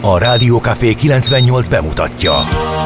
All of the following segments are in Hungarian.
A Rádió Café 98 bemutatja.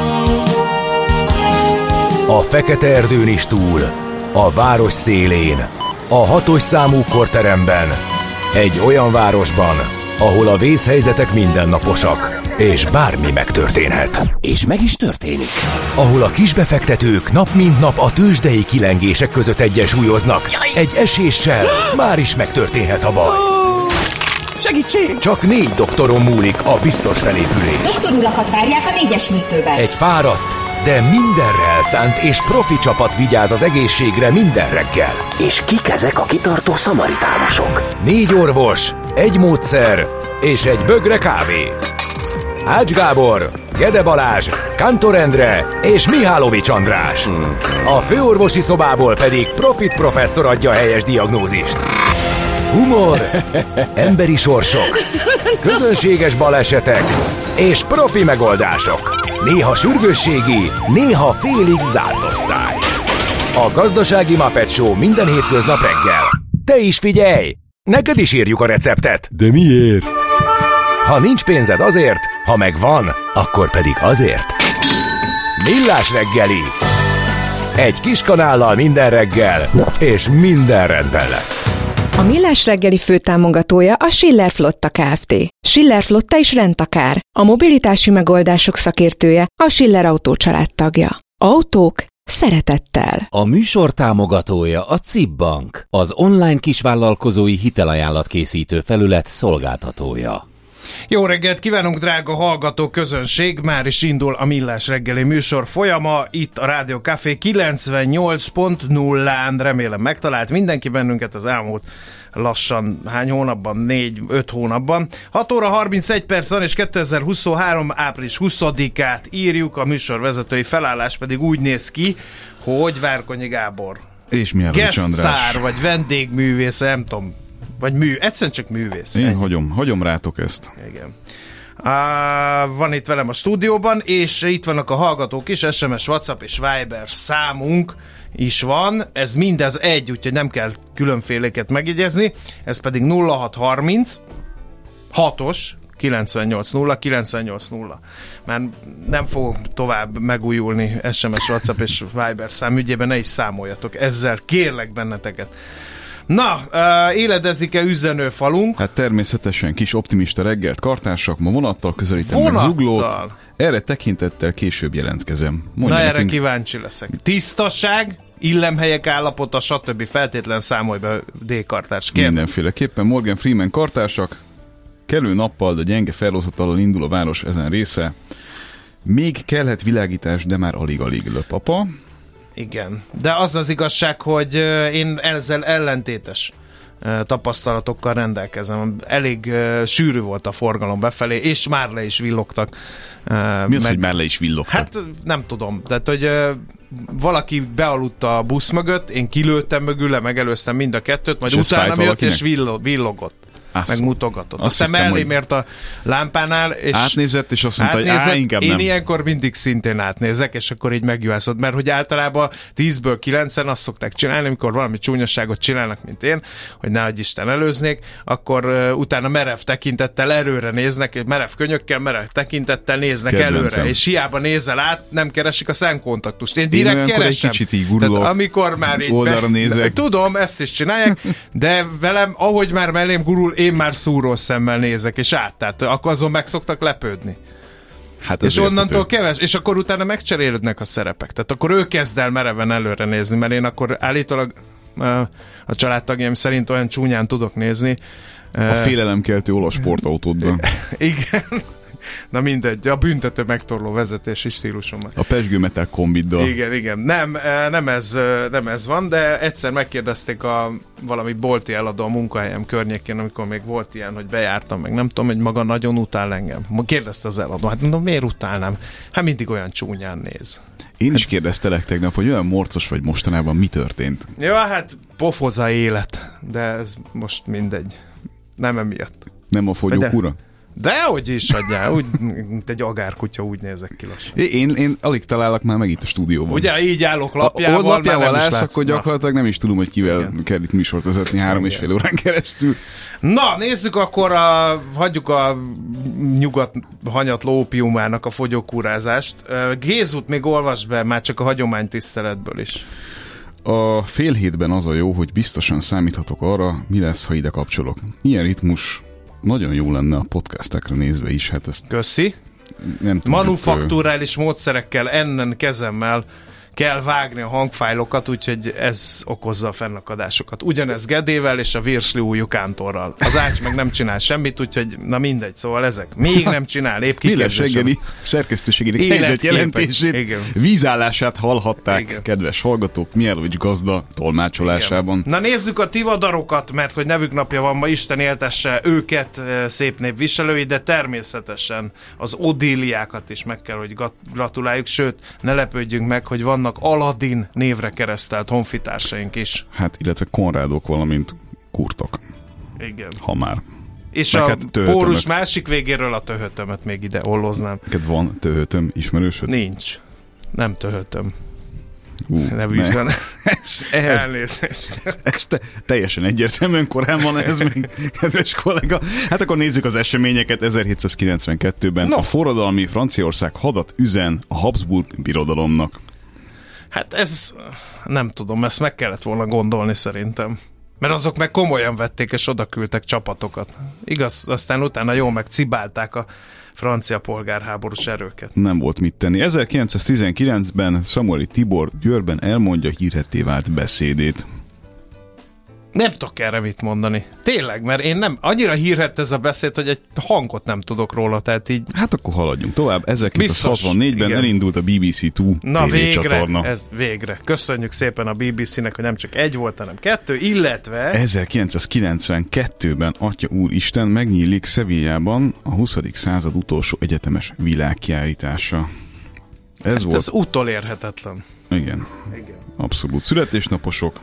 A Fekete erdőn is túl, a város szélén, a 6-os számú korteremben, egy olyan városban, ahol a vészhelyzetek mindennaposak, és bármi megtörténhet. És meg is történik. Ahol a kisbefektetők nap mint nap a tőzsdei kilengések között egyensúlyoznak. Egy eséssel már is megtörténhet a baj. Segítség! Csak 4 doktoron múlik a biztos felépülés. Doktorulakat várják a 4-es műtőben. Egy fáradt, de mindenre elszánt és profi csapat vigyáz az egészségre minden reggel. És kik ezek a kitartó szamaritánusok? 4 orvos, egy módszer és egy bögre kávé. Ács Gábor, Gede Balázs, Kántor Endre és Mihálovics András. A főorvosi szobából pedig Profit professzor adja a helyes diagnózist. Humor, emberi sorsok, közönséges balesetek és profi megoldások. Néha sürgősségi, néha félig zárt osztály. A Gazdasági Muppet Show minden hétköznap reggel. Te is figyelj! Neked is írjuk a receptet. De miért? Ha nincs pénzed azért, ha megvan, akkor pedig azért. Millás reggeli. Egy kis kanállal minden reggel, és minden rendben lesz. A Millás reggeli főtámogatója a Schiller Flotta Kft. Schiller Flotta is rendtakár. A mobilitási megoldások szakértője, a Schiller Autó család tagja. Autók szeretettel. A műsor támogatója a CIP Bank, az online kisvállalkozói hitelajánlatkészítő felület szolgáltatója. Jó reggelt kívánunk, drága hallgató közönség! Már is indul a Millás reggeli műsor folyama, itt a Rádió Café 98.0-án. Remélem megtalált mindenki bennünket az elmúlt lassan hány hónapban? 4-5 hónapban. 6 óra 31 perc van, és 2023. április 20-át írjuk, a műsorvezetői felállás pedig úgy néz ki, hogy Várkonyi Gábor. És Mihálovics András. Guest vagy vendégművész, nem tudom. Vagy egyszerűen csak művész. Én hagyom rátok ezt. Igen. Van itt velem a stúdióban, és itt vannak a hallgatók is, SMS, WhatsApp és Viber számunk is van. Ez mindez egy, úgyhogy nem kell különféléket megjegyezni. Ez pedig 0630 6-os 980 Már nem fogok tovább megújulni SMS, WhatsApp és Viber szám ügyében, ne is számoljatok. Ezzel kérlek benneteket. Na, éledezik-e üzenőfalunk? Hát természetesen kis optimista reggelt, kartársak, ma vonattal közelítem meg Zuglót. Erre tekintettel később jelentkezem. Mondja na nekünk... erre kíváncsi leszek. Tisztaság, illemhelyek állapota, stb. Feltétlen számolj be D-kartárs. Mindenféleképpen Morgan Freeman kartársak. Kellő nappal, de gyenge felhozatallal indul a város ezen része. Még kellhet világítás, de már alig-alig löp apa. Igen, de az az igazság, hogy én ezzel ellentétes tapasztalatokkal rendelkezem. Elég sűrű volt a forgalom befelé, és már le is villogtak. Mi az, hogy már le is villogtak? Hát nem tudom. Tehát, hogy valaki bealudta a busz mögött, én kilőttem mögüle, megelőztem mind a kettőt, majd utána jött és villogott. Meg mutogatott. Aztán mellé mért a lámpánál, és átnézett, és azt mondta, hogy inkább nem. Én ilyenkor mindig szintén átnézek, és akkor így megjuhászod, mert hogy általában 10-ből 9-en azt szokták csinálni, amikor valami csúnyaságot csinálnak, mint én, hogy nehogy Isten előznék, akkor utána merev tekintettel előre néznek, merev könyökkel, merev tekintettel néznek előre, és hiába nézel át, nem keresik a szemkontaktust. Én direkt keresem. Egy kicsit így gurulok, tehát amikor már így oldalra nézek. Tudom, ezt is csinálják, de velem, ahogy már mellém gurul, én már szúró szemmel nézek, és tehát akkor azon meg szoktak lepődni. Hát és onnantól keves, és akkor utána megcserélődnek a szerepek. Tehát akkor ő kezd el mereven előre nézni, mert én akkor állítólag a családtagjaim szerint olyan csúnyán tudok nézni. A félelemkeltő olasz sportautódban. Igen. Na mindegy, a büntető megtorló vezetési stílusomat. A pezsgő metal kombiddal. Igen. Nem ez van, de egyszer megkérdezték valami bolti eladó a munkahelyem környékén, amikor még volt ilyen, hogy bejártam, meg nem tudom, hogy maga nagyon utál engem. Kérdezte az eladó, hát mondom, miért utálnám? Hát mindig olyan csúnyán néz. Én is kérdeztelek tegnap, hogy olyan morcos vagy mostanában, mi történt? Ja, hát pofoza élet, de ez most mindegy. Nem emiatt. Nem a fogyókúra? Dehogy is adjál, úgy, mint egy agárkutya, úgy nézek ki lassan. Én alig találok már meg itt a stúdióban. Ugye így állok lapjával, lapjával állsz, akkor gyakorlatilag nem is tudom, hogy kivel kell itt műsort vezetni 3,5 órán keresztül. Na, nézzük akkor, hagyjuk a nyugat hanyatló ópiumának a fogyókúrázást. Gézut még olvasd be, már csak a hagyománytiszteletből is. A fél hétben az a jó, hogy biztosan számíthatok arra, mi lesz, ha ide kapcsolok. Ilyen ritmus nagyon jó lenne a podcastekre nézve is. Hát ezt köszi. Nem tudom, manufakturális módszerekkel, ennen kezemmel kell vágni a hangfájlokat, úgyhogy ez okozza a fennakadásokat. Ugyanez Gedével és a virsli újú Kántorral. Az Ács meg nem csinál semmit, úgyhogy na mindegy, szóval ezek még nem csinál, épp kiképzésem. Millás reggeli szerkesztőségének helyzetjelentését, vízállását hallhatták, igen. Kedves hallgatók, Mihálovics gazda tolmácsolásában. Igen. Na nézzük a tivadarokat, mert hogy nevük napja van ma, Isten éltesse őket, szép név viselői, de természetesen az Odíliákat is meg kell, hogy gratuláljuk, sőt, ne lepődjünk meg, hogy vannak Aladin névre keresztelt honfitársaink is. Hát, illetve Konrádok, valamint Kurtok. Igen. Ha már. És meg a hát pórus másik végéről a töhötömet még ide olloznám. Neked van töhötöm ismerősöd? Nincs. Nem töhötöm. Nevűzben. Elnézést. Ez teljesen egyértelműen korán van ez még, kedves kollega. Hát akkor nézzük az eseményeket. 1792-ben a forradalmi Franciaország hadat üzen a Habsburg birodalomnak. Hát ez, nem tudom, ezt meg kellett volna gondolni szerintem. Mert azok meg komolyan vették, és oda küldtek csapatokat. Igaz, aztán utána jól megcibálták a francia polgárháborús erőket. Nem volt mit tenni. 1919-ben Szamory Tibor Győrben elmondja hírhedté vált beszédét. Nem tudok erre mit mondani. Tényleg, mert én nem, annyira hírhett ez a beszéd, hogy egy hangot nem tudok róla, tehát így... Hát akkor haladjunk tovább. 1964-ben elindult a BBC2 tévécsatorna. Ez végre. Köszönjük szépen a BBC-nek, hogy nem csak egy volt, hanem kettő, illetve... 1992-ben, Atya Úristen, megnyílik Sevillában a 20. század utolsó egyetemes világkiállítása. Ez volt... Ez utolérhetetlen. Igen. Abszolút. Születésnaposok.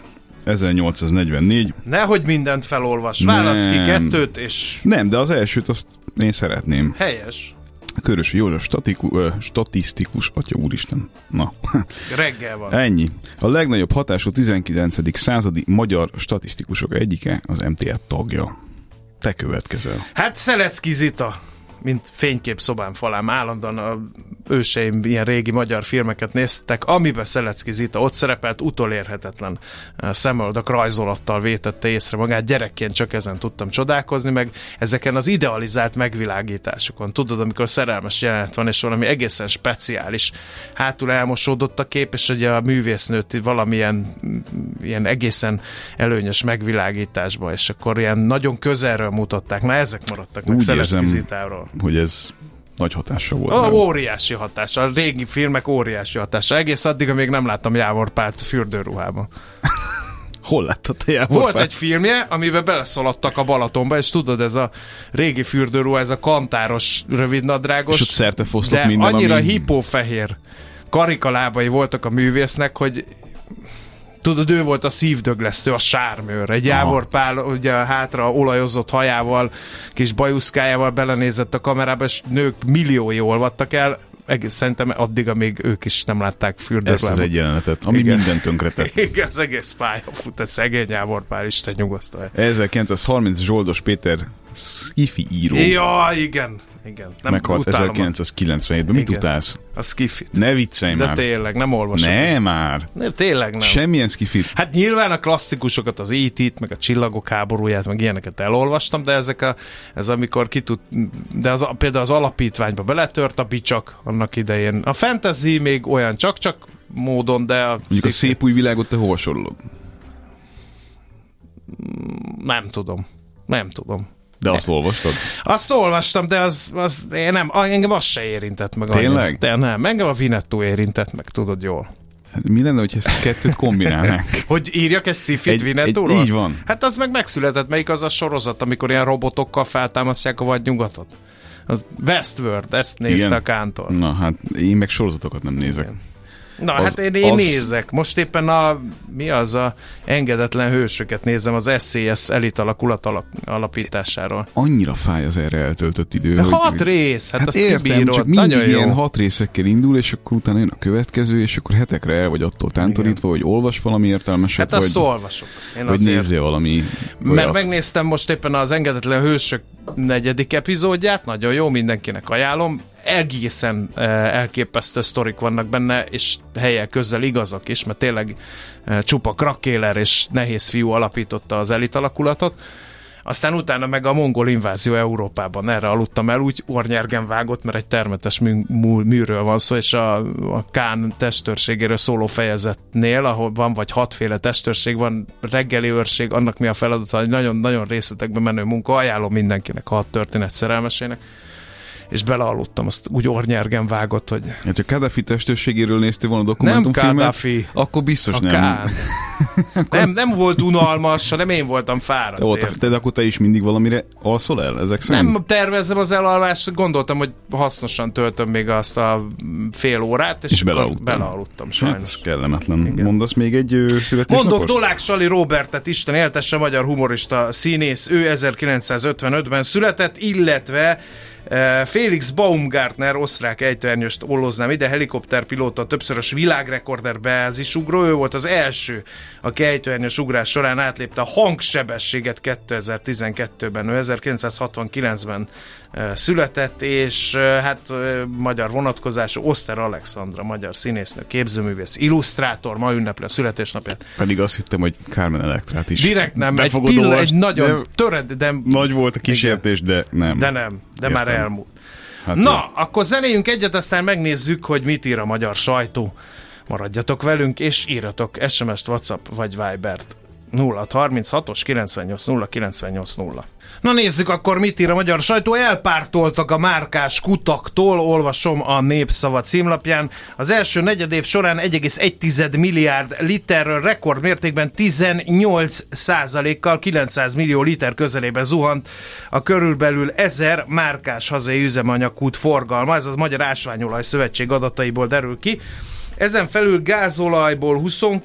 1844. Nehogy mindent felolvas. Válasz ki kettőt, és... Nem, de az elsőt azt én szeretném. Helyes. Körösi József statisztikus, Atya Úristen. Na. Reggel van. Ennyi. A legnagyobb hatású 19. századi magyar statisztikusok egyike, az MTA tagja. Te következel. Hát Szelecki Zita, mint fényképszobám falám, állandóan a őseim ilyen régi magyar filmeket néztek, amiben Szelecki Zita ott szerepelt, utolérhetetlen szemöldök rajzolattal vétette észre magát, gyerekként csak ezen tudtam csodálkozni, meg ezeken az idealizált megvilágításokon. Tudod, amikor szerelmes jelenet van, és valami egészen speciális, hátul elmosódott a kép, és ugye a művésznőt valamilyen ilyen egészen előnyös megvilágításba, és akkor ilyen nagyon közelről mutatták. Na, ezek maradtak meg Szelecki Zitáról. Hogy ez nagy hatása volt. Óriási hatása. A régi filmek óriási hatása. Egész addig, amíg nem láttam Jávor Pált fürdőruhában. Hol láttad a Jávor Volt Pált? egy filmje, amiben beleszaladtak a Balatonba, és tudod, ez a régi fürdőruha, ez a kantáros rövidnadrágos. És ott szertefosztott de minden, annyira ami... hipófehér karikalábai voltak a művésznek, hogy tudod, ő volt a szívdöglesztő, a sármőr. Egy Jávor Pál ugye hátra olajozott hajával, kis bajuszkájával belenézett a kamerába, és nők milliói olvadtak el. Szerintem addig, amíg ők is nem látták fürdőruhában. Ezt az egy jelenetet, ami mindent tönkretett. Igen, az egész pályafut, ez szegény Jávor Pál, Isten nyugosztalja. 1930 Zsoldos Péter skifi író. Ja, igen. Meghalt 1997-ben. Mit utálsz? A skifit. Ne viccelj már. De tényleg, nem olvasok. Ne már. Ne, tényleg nem. Semmilyen skifit. Hát nyilván a klasszikusokat, az E.T.-t, meg a Csillagok háborúját, meg ilyeneket elolvastam, de ez amikor de például az alapítványba beletört a bicsak annak idején. A fantasy még olyan csak módon, de mondjuk a Szép új világot te hol sorolod? Nem tudom. De azt olvastad? Azt olvastam, de engem az se érintett meg. Tényleg? De nem, engem a Vinetto érintett meg, tudod jól. Hát mi lenne, hogy ezt a kettőt kombinálnánk? Hogy írjak egy sci-fit Vinettóról? Így van. Hát az meg megszületett, melyik az a sorozat, amikor ilyen robotokkal feltámasztják a vadnyugatot? Az Westworld, ezt nézte a Kántor. Na hát én meg sorozatokat nem nézek. Igen. Na, hát én nézek. Most éppen a engedetlen hősöket nézem az SCS elit alakulat alapításáról. Annyira fáj az erre eltöltött idő. De 6 rész, hát azt értem, kibírod. csak mindig ilyen 6 részekkel indul, és akkor utána jön a következő, és akkor hetekre el vagy attól tántorítva, hogy olvas valami értelmeset, hát azt olvasok. Vagy nézzél valami olyat. Mert megnéztem most éppen az engedetlen hősök 4. epizódját, nagyon jó, mindenkinek ajánlom. Egészen elképesztő sztorik vannak benne, és helyek közel igazak is, mert tényleg csupa crackkéler és nehéz fiú alapította az elit alakulatot. Aztán utána meg a mongol invázió Európában, erre aludtam el, úgy ornyergen vágott, mert egy termetes műről van szó, és a Kán testőrségéről szóló fejezetnél, ahol van vagy 6 féle testőrség, van reggeli őrség, annak mi a feladata, hogy nagyon-nagyon részletekben menő munka, ajánlom mindenkinek, 6 történet szerelmesének, és belealudtam, azt úgy ornyergen vágott, hogy... Hát, ha Kadhafi testőrségéről néztél volna a dokumentumfilmet, nem Kadhafi, akkor biztos a nem. Nem volt unalmas, hanem én voltam fáradt. De akkor te is mindig valamire alszol el ezek szerint? Nem tervezem az elalvást, gondoltam, hogy hasznosan töltöm még azt a fél órát, és belealudtam sajnos. Hát ez kellemetlen. Igen. Mondasz még egy születésnapos? Mondok, Dolák Sali Róbertet, Isten éltesse, magyar humorista, színész, ő 1955-ben született, illetve Felix Baumgartner, osztrák ejtőernyőst olloznám ide, helikopterpilóta, többszörös világrekorder bázisugró, ő volt az első, aki ejtőernyős ugrás során átlépte a hangsebességet 2012-ben, ő 1969-ben született, és hát magyar vonatkozású Oszter Alexandra, magyar színésznő, képzőművész, illusztrátor, ma ünnepli a születésnapját. Pedig azt hittem, hogy Carmen Electrát is. Direkt nem, egy nagyon de nagy volt a kísértés, de nem. De Értem. már elmúlt. Hát na, jó. akkor zenéljünk egyet, aztán megnézzük, hogy mit ír a magyar sajtó. Maradjatok velünk, és írjatok SMS-t, WhatsApp vagy Vibert. 0636-os 980980. Na nézzük akkor, mit ír a magyar sajtó. Elpártoltak a márkás kutaktól, olvasom a Népszava címlapján. Az első negyedév során 1,1 milliárd literről rekordmértékben 18%-kal 900 millió liter közelében zuhant a körülbelül 1000 márkás hazai üzemanyagkút forgalma. Ez az Magyar Ásványolaj Szövetség adataiból derül ki. Ezen felül gázolajból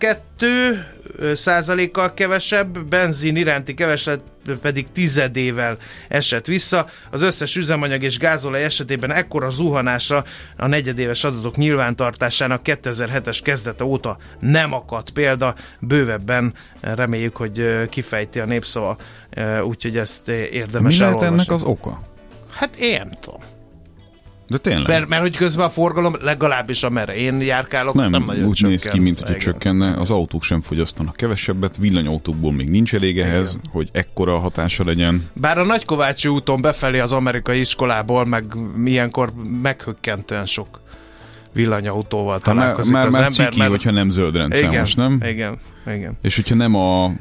22%-kal kevesebb, benzin iránti keveset pedig tizedével esett vissza. Az összes üzemanyag és gázolaj esetében ekkora zuhanásra a negyedéves adatok nyilvántartásának 2007-es kezdete óta nem akadt példa. Bővebben reméljük, hogy kifejti a Népszava, úgyhogy ezt érdemes elolvasni. elolvasni. Mi lehet ennek az oka? Hát én nem tudom. De tényleg. Mert hogy közben a forgalom legalábbis amerre én járkálok, nem nagyon úgy csökken. Néz ki, mint hogy csökkenne. Az autók sem fogyasztanak kevesebbet, villanyautókból még nincs elég ehhez, igen, hogy ekkora hatása legyen. Bár a Nagykovácsi úton befelé az amerikai iskolából meg ilyenkor meghökkentően sok villanyautóval találkozik az ember. Már ciki, hogyha nem zöld rendszámos, nem? Igen. És hogyha nem a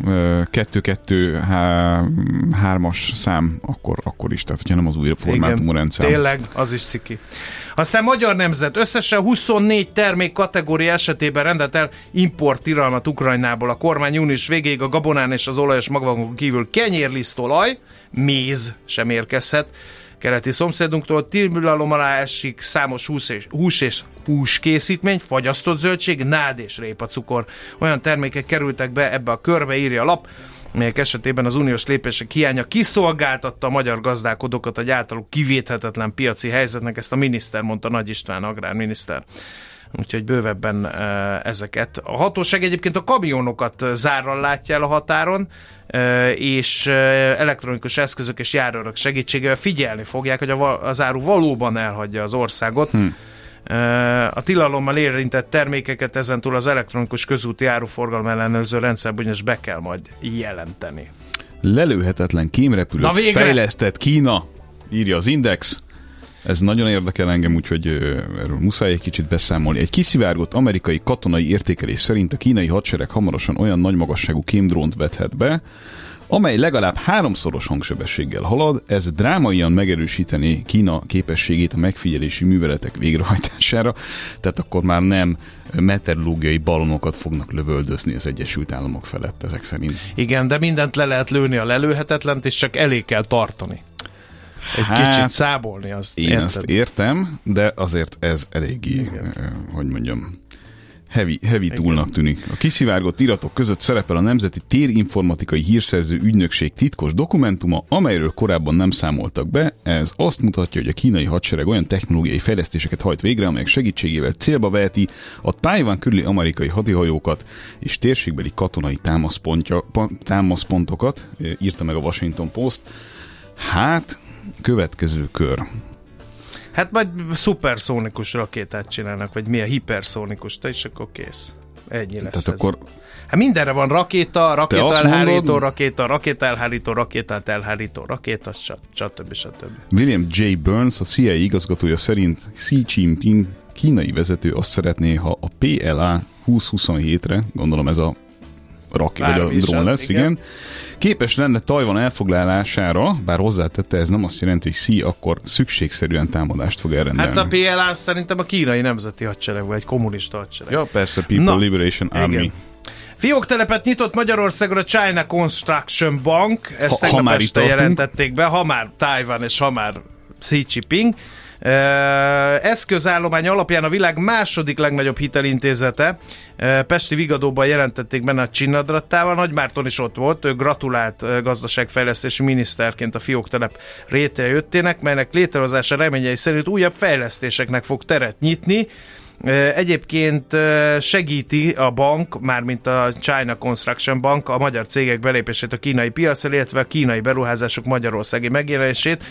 2-2-3-as szám, akkor is, tehát hogyha nem az új formátumú rendszám. Tényleg, az is ciki. Aztán Magyar Nemzet összesen 24 termék kategória esetében rendelt el importtilalmat Ukrajnából. A kormány június végéig a gabonán és az olajos magvakon kívül kenyérlisztolaj, méz sem érkezhet keleti szomszédunktól, tilalom alá esik számos hús és húskészítmény, fagyasztott zöldség, nád és répacukor. Olyan termékek kerültek be ebbe a körbe, írja a lap, melyek esetében az uniós lépések hiánya kiszolgáltatta a magyar gazdálkodókat egy általuk kivéthetetlen piaci helyzetnek, ezt a miniszter mondta, Nagy István agrárminiszter. Úgyhogy bővebben ezeket. A hatóság egyébként a kamionokat zárral látja el a határon, és elektronikus eszközök és járőrök segítségével figyelni fogják, hogy az áru valóban elhagyja az országot. A tilalommal érintett termékeket ezentúl az elektronikus közúti áruforgalom ellenőrző rendszerben is be kell majd jelenteni. Lelőhetetlen kémrepülőt fejlesztett Kína, írja az Index. Ez nagyon érdekel engem, úgyhogy erről muszáj egy kicsit beszámolni. Egy kiszivárgott amerikai katonai értékelés szerint a kínai hadsereg hamarosan olyan nagy magasságú kémdrónt vethet be, amely legalább 3-szoros hangsebességgel halad, ez drámaian megerősíteni Kína képességét a megfigyelési műveletek végrehajtására, tehát akkor már nem meteorológiai ballonokat fognak lövöldözni az Egyesült Államok felett ezek szerint. Igen, de mindent le lehet lőni a lelőhetetlent, és csak elég kell tartani. Kicsit szábolni azt. Én ezt értem, de azért ez eléggé, hogy mondjam, Heavy túlnak tűnik. A kiszivárgott iratok között szerepel a Nemzeti Térinformatikai Hírszerző Ügynökség titkos dokumentuma, amelyről korábban nem számoltak be. Ez azt mutatja, hogy a kínai hadsereg olyan technológiai fejlesztéseket hajt végre, amelyek segítségével célba veheti a Tajvan körüli amerikai hadihajókat és térségbeli katonai támaszpontokat, írta meg a Washington Post. Hát, következő kör. Hát majd szuperszónikus rakétát csinálnak, vagy mi a hiperszónikus, és akkor kész. Ennyi lesz. Tehát ez. akkor... Hát mindenre van rakéta elhárító, rakéta elhárító, rakétát elhárító, rakéta, stb. William J. Burns, a CIA igazgatója szerint Xi Jinping kínai vezető azt szeretné, ha a PLA 2027-re, gondolom ez a rakéta, vagy a drón lesz, igen. Képes lenne Tajvan elfoglalására, bár hozzátette, ez nem azt jelenti, hogy Xi akkor szükségszerűen támadást fog elrendelni. Hát a PLA szerintem a kínai nemzeti hadsereg, vagy egy kommunista hadsereg. Ja, persze, People Liberation Army. Igen. Fióktelepet nyitott Magyarországon a China Construction Bank, ezt tegnap este jelentették be, ha már Tajvan és ha már Xi Jinping. Eszközállomány alapján a világ második legnagyobb hitelintézete. Pesti Vigadóban jelentették benne a Csinnadrattával. Nagymárton is ott volt, ő gratulált gazdaságfejlesztési miniszterként a Fióktelep létrejöttének, melynek létrehozása reményei szerint újabb fejlesztéseknek fog teret nyitni. Egyébként segíti a bank, mármint a China Construction Bank a magyar cégek belépését a kínai piacra, illetve a kínai beruházások magyarországi megjelenését.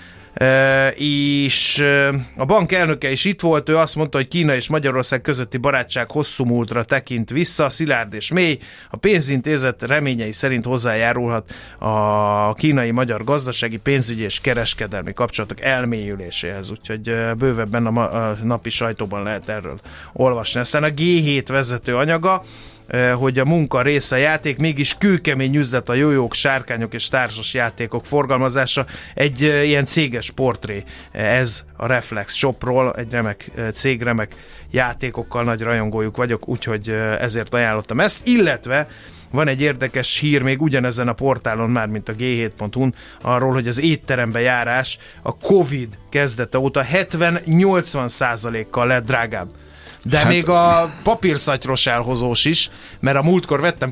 És a bank elnöke is itt volt, ő azt mondta, hogy Kína és Magyarország közötti barátság hosszú múltra tekint vissza, szilárd és mély. A pénzintézet reményei szerint hozzájárulhat a kínai-magyar gazdasági, pénzügyi és kereskedelmi kapcsolatok elmélyüléséhez, úgyhogy bővebben a napi sajtóban lehet erről olvasni. Aztán a G7 vezető anyaga, hogy a munka része játék, mégis kőkemény üzlet a jójók, sárkányok és társas játékok forgalmazása. Egy ilyen céges portré, ez a Reflex Shopról, egy remek cég, remek játékokkal, nagy rajongójuk vagyok, úgyhogy ezért ajánlottam ezt, illetve van egy érdekes hír még ugyanezen a portálon már, mint a G7.hu-n, arról, hogy az étterembe járás a Covid kezdete óta 70-80%-kal lett drágább. De hát, még a papírszatyros elhozós is, mert a múltkor vettem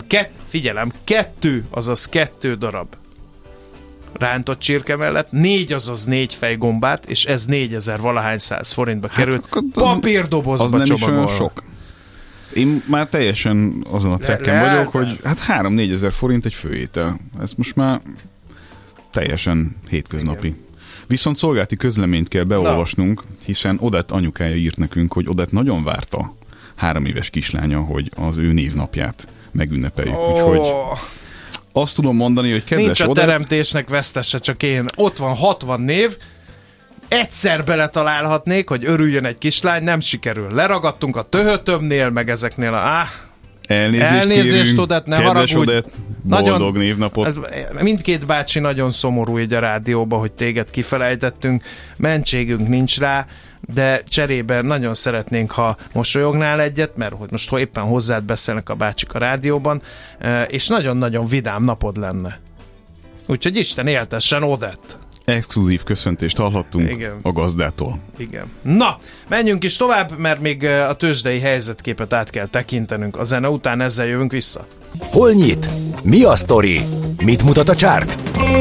kettő darab rántott csirke mellett, 4 fejgombát, és ez 4000 valahány 100 forintba került. Papírdobozba csomagolva. Sok. Én már teljesen azon a trekken vagyok, hogy hát 3-4 ezer forint egy főétel. Ez most már teljesen hétköznapi. Igen. Viszont szolgálati közleményt kell beolvasnunk, hiszen Odett anyukája írt nekünk, hogy Odett nagyon várta 3 éves kislánya, hogy az ő névnapját megünnepeljük. Úgyhogy azt tudom mondani, hogy kedves Odett... Odett... Nincs a teremtésnek vesztese, csak én. Ott van 60 név, egyszer beletalálhatnék, hogy örüljön egy kislány, nem sikerül. Leragadtunk a töhötömnél, meg ezeknél a... Elnézést Odett, ne haragudj. Odett, boldog nagyon, névnapot. Mindkét bácsi nagyon szomorú így a rádióba, hogy téged kifelejtettünk. Mentségünk nincs rá, de cserében nagyon szeretnénk, ha mosolyognál egyet, mert hogy most éppen hozzád beszélnek a bácsik a rádióban, és nagyon-nagyon vidám napod lenne. Úgyhogy Isten éltessen, Odett! Exkluzív köszöntést hallhattunk. Igen. A gazdától. Igen. Na, menjünk is tovább, mert még a tőzsdei helyzetképet át kell tekintenünk. A zene után ezzel jövünk vissza. Hol nyit? Mi a sztori? Mit mutat a csárt?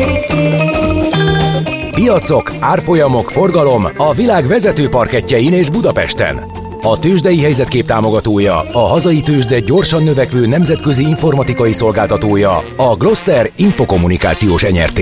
Piacok, árfolyamok, forgalom a világ vezető parkettjein és Budapesten. A tőzsdei helyzetkép támogatója, a hazai tőzsde gyorsan növekvő nemzetközi informatikai szolgáltatója, a Gloster Infokommunikációs Nrt.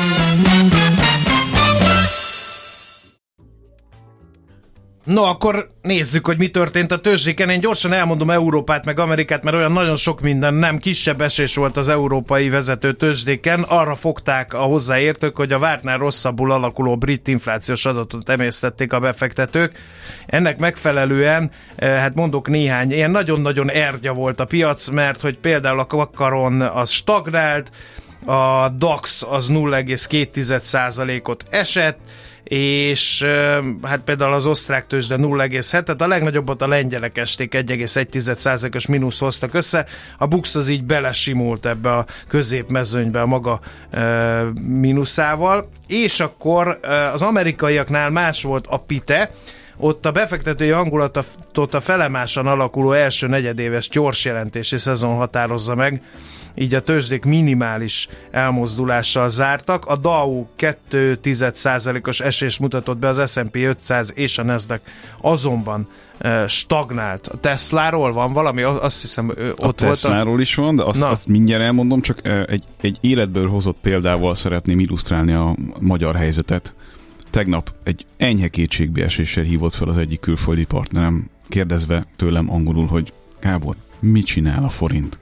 No, akkor nézzük, hogy mi történt a tőzsdéken. Én gyorsan elmondom Európát meg Amerikát, mert olyan nagyon sok minden nem. Kisebb esés volt az európai vezető tőzsdéken. Arra fogták a hozzáértők, hogy a vártnál rosszabbul alakuló brit inflációs adatot emésztették a befektetők. Ennek megfelelően, hát mondok néhány, ilyen nagyon-nagyon ergya volt a piac, mert hogy például a Kakaron az stagnált, a DAX az 0,2%-ot esett, és hát például az osztrák tőzsde 0,7, a legnagyobbat a lengyelek esték, 1,1%-os mínusz hoztak össze, a BUX az így belesimult ebbe a középmezőnybe a maga mínuszával, és akkor az amerikaiaknál más volt a PITE, ott a befektetői hangulatot a felemásan alakuló első negyedéves gyors jelentési szezon határozza meg, így a tőzsdék minimális elmozdulással zártak. A Dow 0,2%-os esést mutatott be, az S&P 500 és a Nasdaq azonban stagnált. A Tesláról van valami? Azt hiszem ott volt. A Tesláról is van, de azt mindjárt elmondom, csak egy életből hozott példával szeretném illusztrálni a magyar helyzetet. Tegnap egy enyhe kétségbeeséssel hívott fel az egyik külföldi partnerem, kérdezve tőlem angolul, hogy Gábor, mit csinál a forint?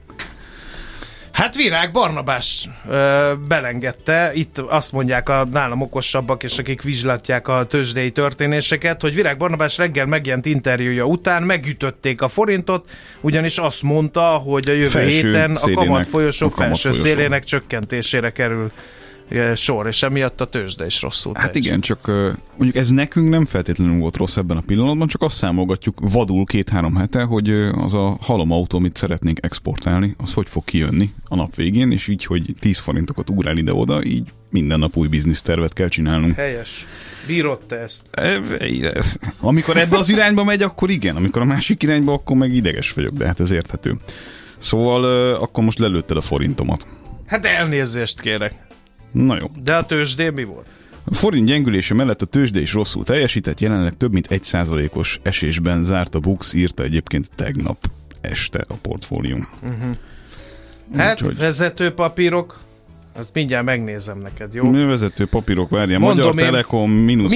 Hát Virág Barnabás belengedte, itt azt mondják a nálam okosabbak, és akik vizslatják a tőzsdei történéseket, hogy Virág Barnabás reggel megjelent interjúja után megütötték a forintot, ugyanis azt mondta, hogy a jövő héten a kamatfolyosó felső szélének csökkentésére kerül sor, és emiatt a tőzsde is rosszul Hát igen, csak mondjuk ez nekünk nem feltétlenül volt rossz ebben a pillanatban, csak azt számolgatjuk vadul 2-3 hete, hogy az a halomautó, amit szeretnénk exportálni, az hogy fog kijönni a nap végén, és így, hogy 10 forintokat ugrál ide-oda, így minden nap új biznisztervet kell csinálnunk. Helyes. Bírod te ezt? Amikor ebbe az irányba megy, akkor igen, amikor a másik irányba, akkor meg ideges vagyok, de hát ez érthető. Szóval akkor most lelőtted a forintomat. Hát elnézést kérek. Na jó. De a tőzsdén mi volt? A forint gyengülése mellett a tőzsde is rosszul teljesített, jelenleg több mint 1%-os esésben zárt a BUX, írta egyébként tegnap este a portfólium. Hát úgyhogy... vezetőpapírok, azt mindjárt megnézem neked, jó? Vezető papírok, várjál, Magyar Telekom mínusz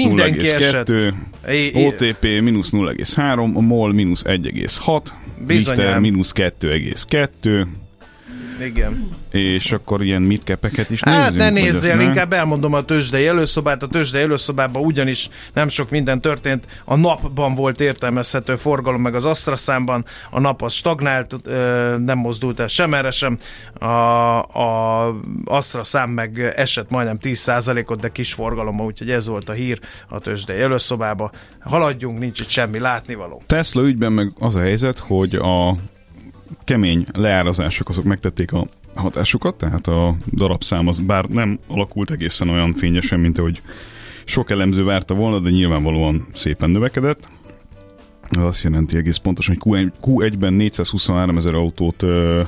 0,2, OTP mínusz 0,3, MOL mínusz 1,6, Richter mínusz 2,2, igen. És akkor ilyen midcap-eket is nézzünk? Hát ne nézzél, inkább elmondom a tőzsdei előszobát. A tőzsdei előszobában ugyanis nem sok minden történt. A napban volt értelmezhető forgalom, meg az AstraZánban. A nap az stagnált, nem mozdult el sem erre sem. A AstraZán meg esett majdnem 10%-ot, de kis forgalomban, úgyhogy ez volt a hír a tőzsdei előszobában. Haladjunk, nincs itt semmi látnivaló. Tesla ügyben meg az a helyzet, hogy a kemény leárazások azok megtették a hatásukat, tehát a darabszám az bár nem alakult egészen olyan fényesen, mint ahogy sok elemző várta volna, de nyilvánvalóan szépen növekedett. Ez azt jelenti egész pontosan, hogy Q1-ben 423 000 autót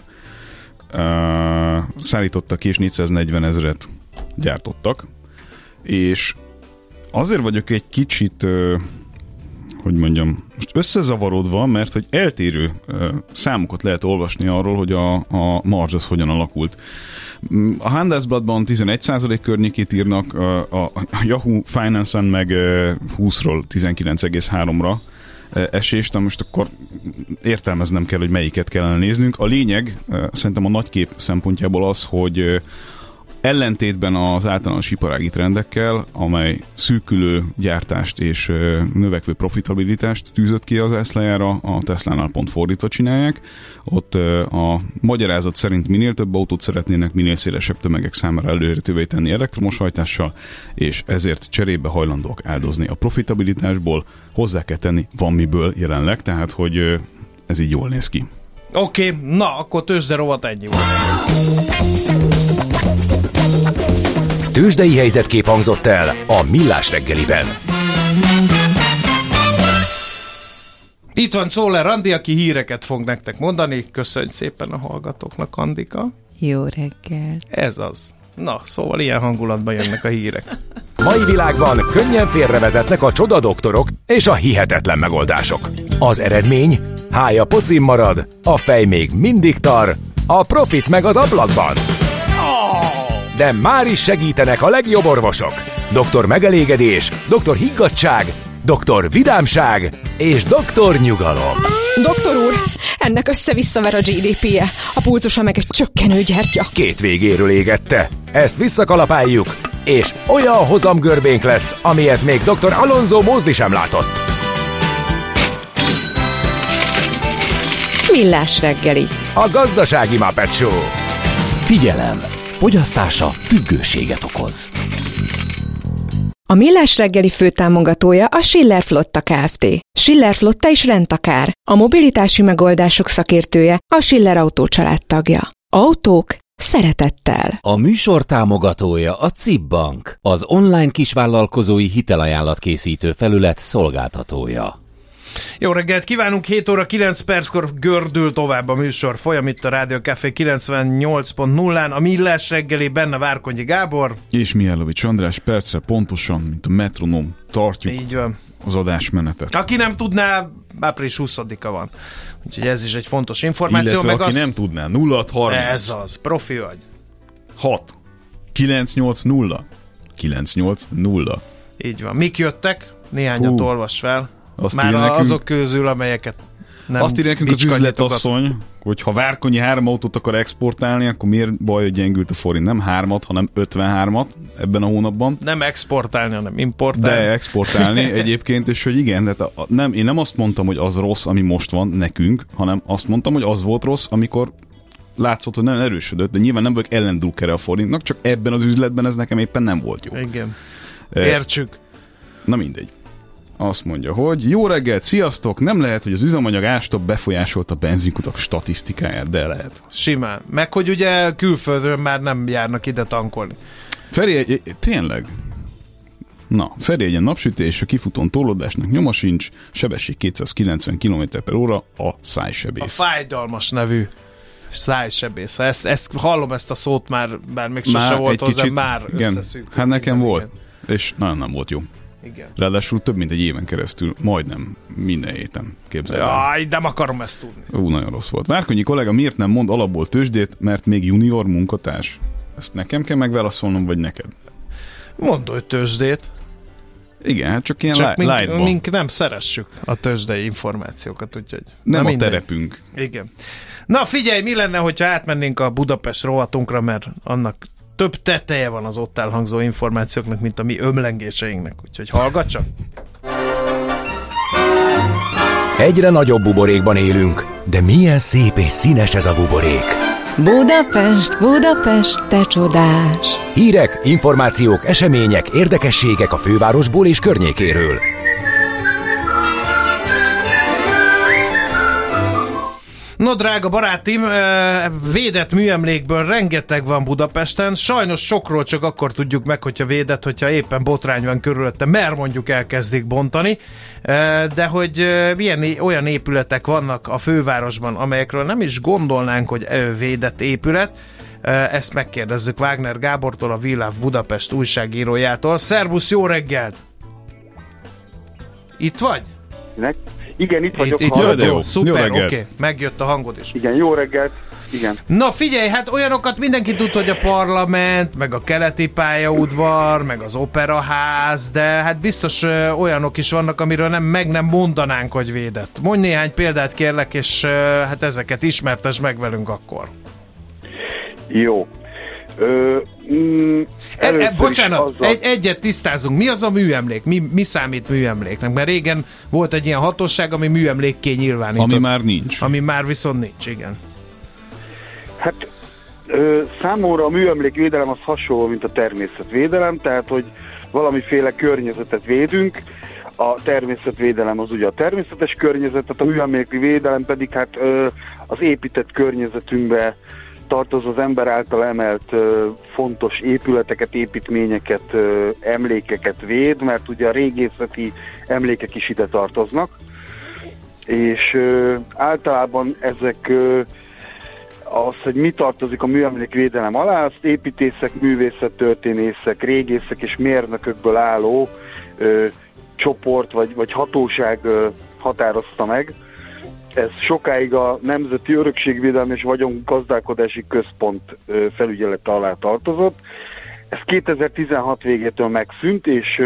szállítottak és 440 000 gyártottak. És azért vagyok egy kicsit... hogy mondjam, most összezavarodva, mert hogy eltérő számokat lehet olvasni arról, hogy a marzs az hogyan alakult. A Handelsblattban 11% környékét írnak, a Yahoo Finance-en meg 20-ról 19,3-ra esést, de most akkor értelmeznem kell, hogy melyiket kellene néznünk. A lényeg szerintem a nagykép szempontjából az, hogy ellentétben az általános iparági trendekkel, amely szűkülő gyártást és növekvő profitabilitást tűzött ki az zászlajára, a Teslánál pont fordítva csinálják. Ott a magyarázat szerint minél több autót szeretnének minél szélesebb tömegek számára elérhetővé tenni elektromos hajtással, és ezért cserébe hajlandók áldozni a profitabilitásból. Hozzá kell tenni, van miből jelenleg, tehát hogy ez így jól néz ki. Oké, na akkor tőzsde rovat ennyi volt. Tőzsdei helyzetkép hangzott el a Millás reggeliben. Itt van Czoller Andi, aki híreket fog nektek mondani. Köszönj szépen a hallgatóknak, Andika. Jó reggel. Ez az. Na, szóval ilyen hangulatban jönnek a hírek. Mai világban könnyen félrevezetnek a csodadoktorok és a hihetetlen megoldások. Az eredmény? Hája pocim marad, a fej még mindig tar, a profit meg az ablakban. De már is segítenek a legjobb orvosok. Doktor megelégedés, doktor higgadtság, doktor vidámság és doktor nyugalom. Doktor úr, ennek össze-visszaver a GDP-je, a pulzusa meg egy csökkenő gyertya. Két végéről égette. Ezt visszakalapáljuk, és olyan hozamgörbénk lesz, amilyet még doktor Alonso Mózdi sem látott. Millás reggeli. A gazdasági Muppet Show. Figyelem! Fogyasztása függőséget okoz. A Millás reggeli főtámogatója a Schiller Flotta Kft. Schiller Flotta is rendtakár. A mobilitási megoldások szakértője, a Schiller Autó család tagja. Autók szeretettel. A műsor támogatója a CIP Bank, az online kisvállalkozói hitelajánlatkészítő felület szolgáltatója. Jó reggelt kívánunk, 7 óra 9 perckor gördül tovább a műsor. Folyam itt a Rádió Café 98.0-án, a Millás reggeli, benne Várkonyi Gábor. És Mihálovics András, percre pontosan, mint a metronom tartjuk. Így van. Az adásmenetet. Aki nem tudná, április 20-a van. Úgyhogy ez is egy fontos információ. Illetve meg aki nem tudná, 0-30. Ez az, profi vagy. 6. 980. 980. Így van. Mik jöttek? Néhányat olvas fel. Azt már azok közül, amelyeket nem azt írja nekünk az üzletasszony, hogy ha Várkonyi 3 autót akar exportálni, akkor miért baj, hogy gyengült a forint? Nem 3-at, hanem 53-at ebben a hónapban. Nem exportálni, hanem importálni. De exportálni egyébként, és hogy igen, de én nem azt mondtam, hogy az rossz, ami most van nekünk, hanem azt mondtam, hogy az volt rossz, amikor látszott, hogy nagyon erősödött, de nyilván nem vagyok ellendrukkere a forintnak, csak ebben az üzletben ez nekem éppen nem volt jó. Igen. Értsük. Na mindegy. Azt mondja, hogy jó reggelt, sziasztok! Nem lehet, hogy az üzemanyag ástop befolyásolta a benzinkutak statisztikáját, de lehet. Simán. Meg, hogy ugye külföldről már nem járnak ide tankolni. Feri, tényleg? Na, Feri, egy napsütés, a kifutón torlódásnak nyoma sincs, sebesség 290 km/h, a szájsebész. A fájdalmas nevű szájsebész. Ezt hallom, ezt a szót már, bár még sose volt hozzá, kicsit, már igen, összeszűkült. hát nekem igen, volt, igen. És nagyon nem volt jó. Igen. Ráadásul több mint egy éven keresztül, majdnem minden héten, képzeld el. Jaj, nem akarom ezt tudni. Nagyon rossz volt. Várkonyi kollega miért nem mond alapból tőzsdét, mert még junior munkatárs? Ezt nekem kell megválaszolnom, vagy neked? Mondd, hogy tőzsdét. Igen, hát csak ilyen lightban. Mink nem szeressük a tőzsdei információkat, úgyhogy... Nem a terepünk. Igen. Na figyelj, mi lenne, hogyha átmennénk a Budapest rovatunkra, mert annak több teteje van az ott elhangzó információknak, mint a mi ömlengéseinknek. Úgyhogy hallgat csak! Egyre nagyobb buborékban élünk, de milyen szép és színes ez a buborék. Budapest, Budapest, te csodás! Hírek, információk, események, érdekességek a fővárosból és környékéről. No, drága barátim, védett műemlékből rengeteg van Budapesten. Sajnos sokról csak akkor tudjuk meg, hogyha védett, hogyha éppen botrány van körülötte, mert mondjuk elkezdik bontani. De hogy olyan épületek vannak a fővárosban, amelyekről nem is gondolnánk, hogy védett épület. Ezt megkérdezzük Wagner Gábortól, a We Love Budapest újságírójától. Szervusz, jó reggelt! Itt vagy? Igen, itt vagyok. Jó, szuper, oké, megjött a hangod is. Igen, jó reggelt. Igen. Na figyelj, hát olyanokat mindenki tud, hogy a parlament, meg a keleti pályaudvar, meg az operaház, de hát biztos olyanok is vannak, amiről nem mondanánk, hogy védett. Mondj néhány példát kérlek, és hát ezeket ismertesd meg velünk akkor. Jó. Bocsánat, egyet tisztázunk. Mi az a műemlék? Mi számít műemléknek? Mert régen volt egy ilyen hatóság, ami műemlékké nyilvánított. Ami már nincs. Ami már viszont nincs, igen. Hát számomra a műemlékvédelem az hasonló, mint a természetvédelem, tehát hogy valamiféle környezetet védünk, a természetvédelem az ugye a természetes környezetet, a műemlékvédelem pedig hát az épített környezetünkbe tartozó, az ember által emelt fontos épületeket, építményeket, emlékeket véd, mert ugye a régészeti emlékek is ide tartoznak, és általában ezek az, hogy mi tartozik a műemlékvédelem alá, azt építészek, művészettörténészek, régészek és mérnökökből álló csoport vagy hatóság határozta meg. Ez sokáig a Nemzeti Örökségvédelmi és Vagyongazdálkodási Központ felügyelete alá tartozott. Ez 2016 végétől megszűnt, és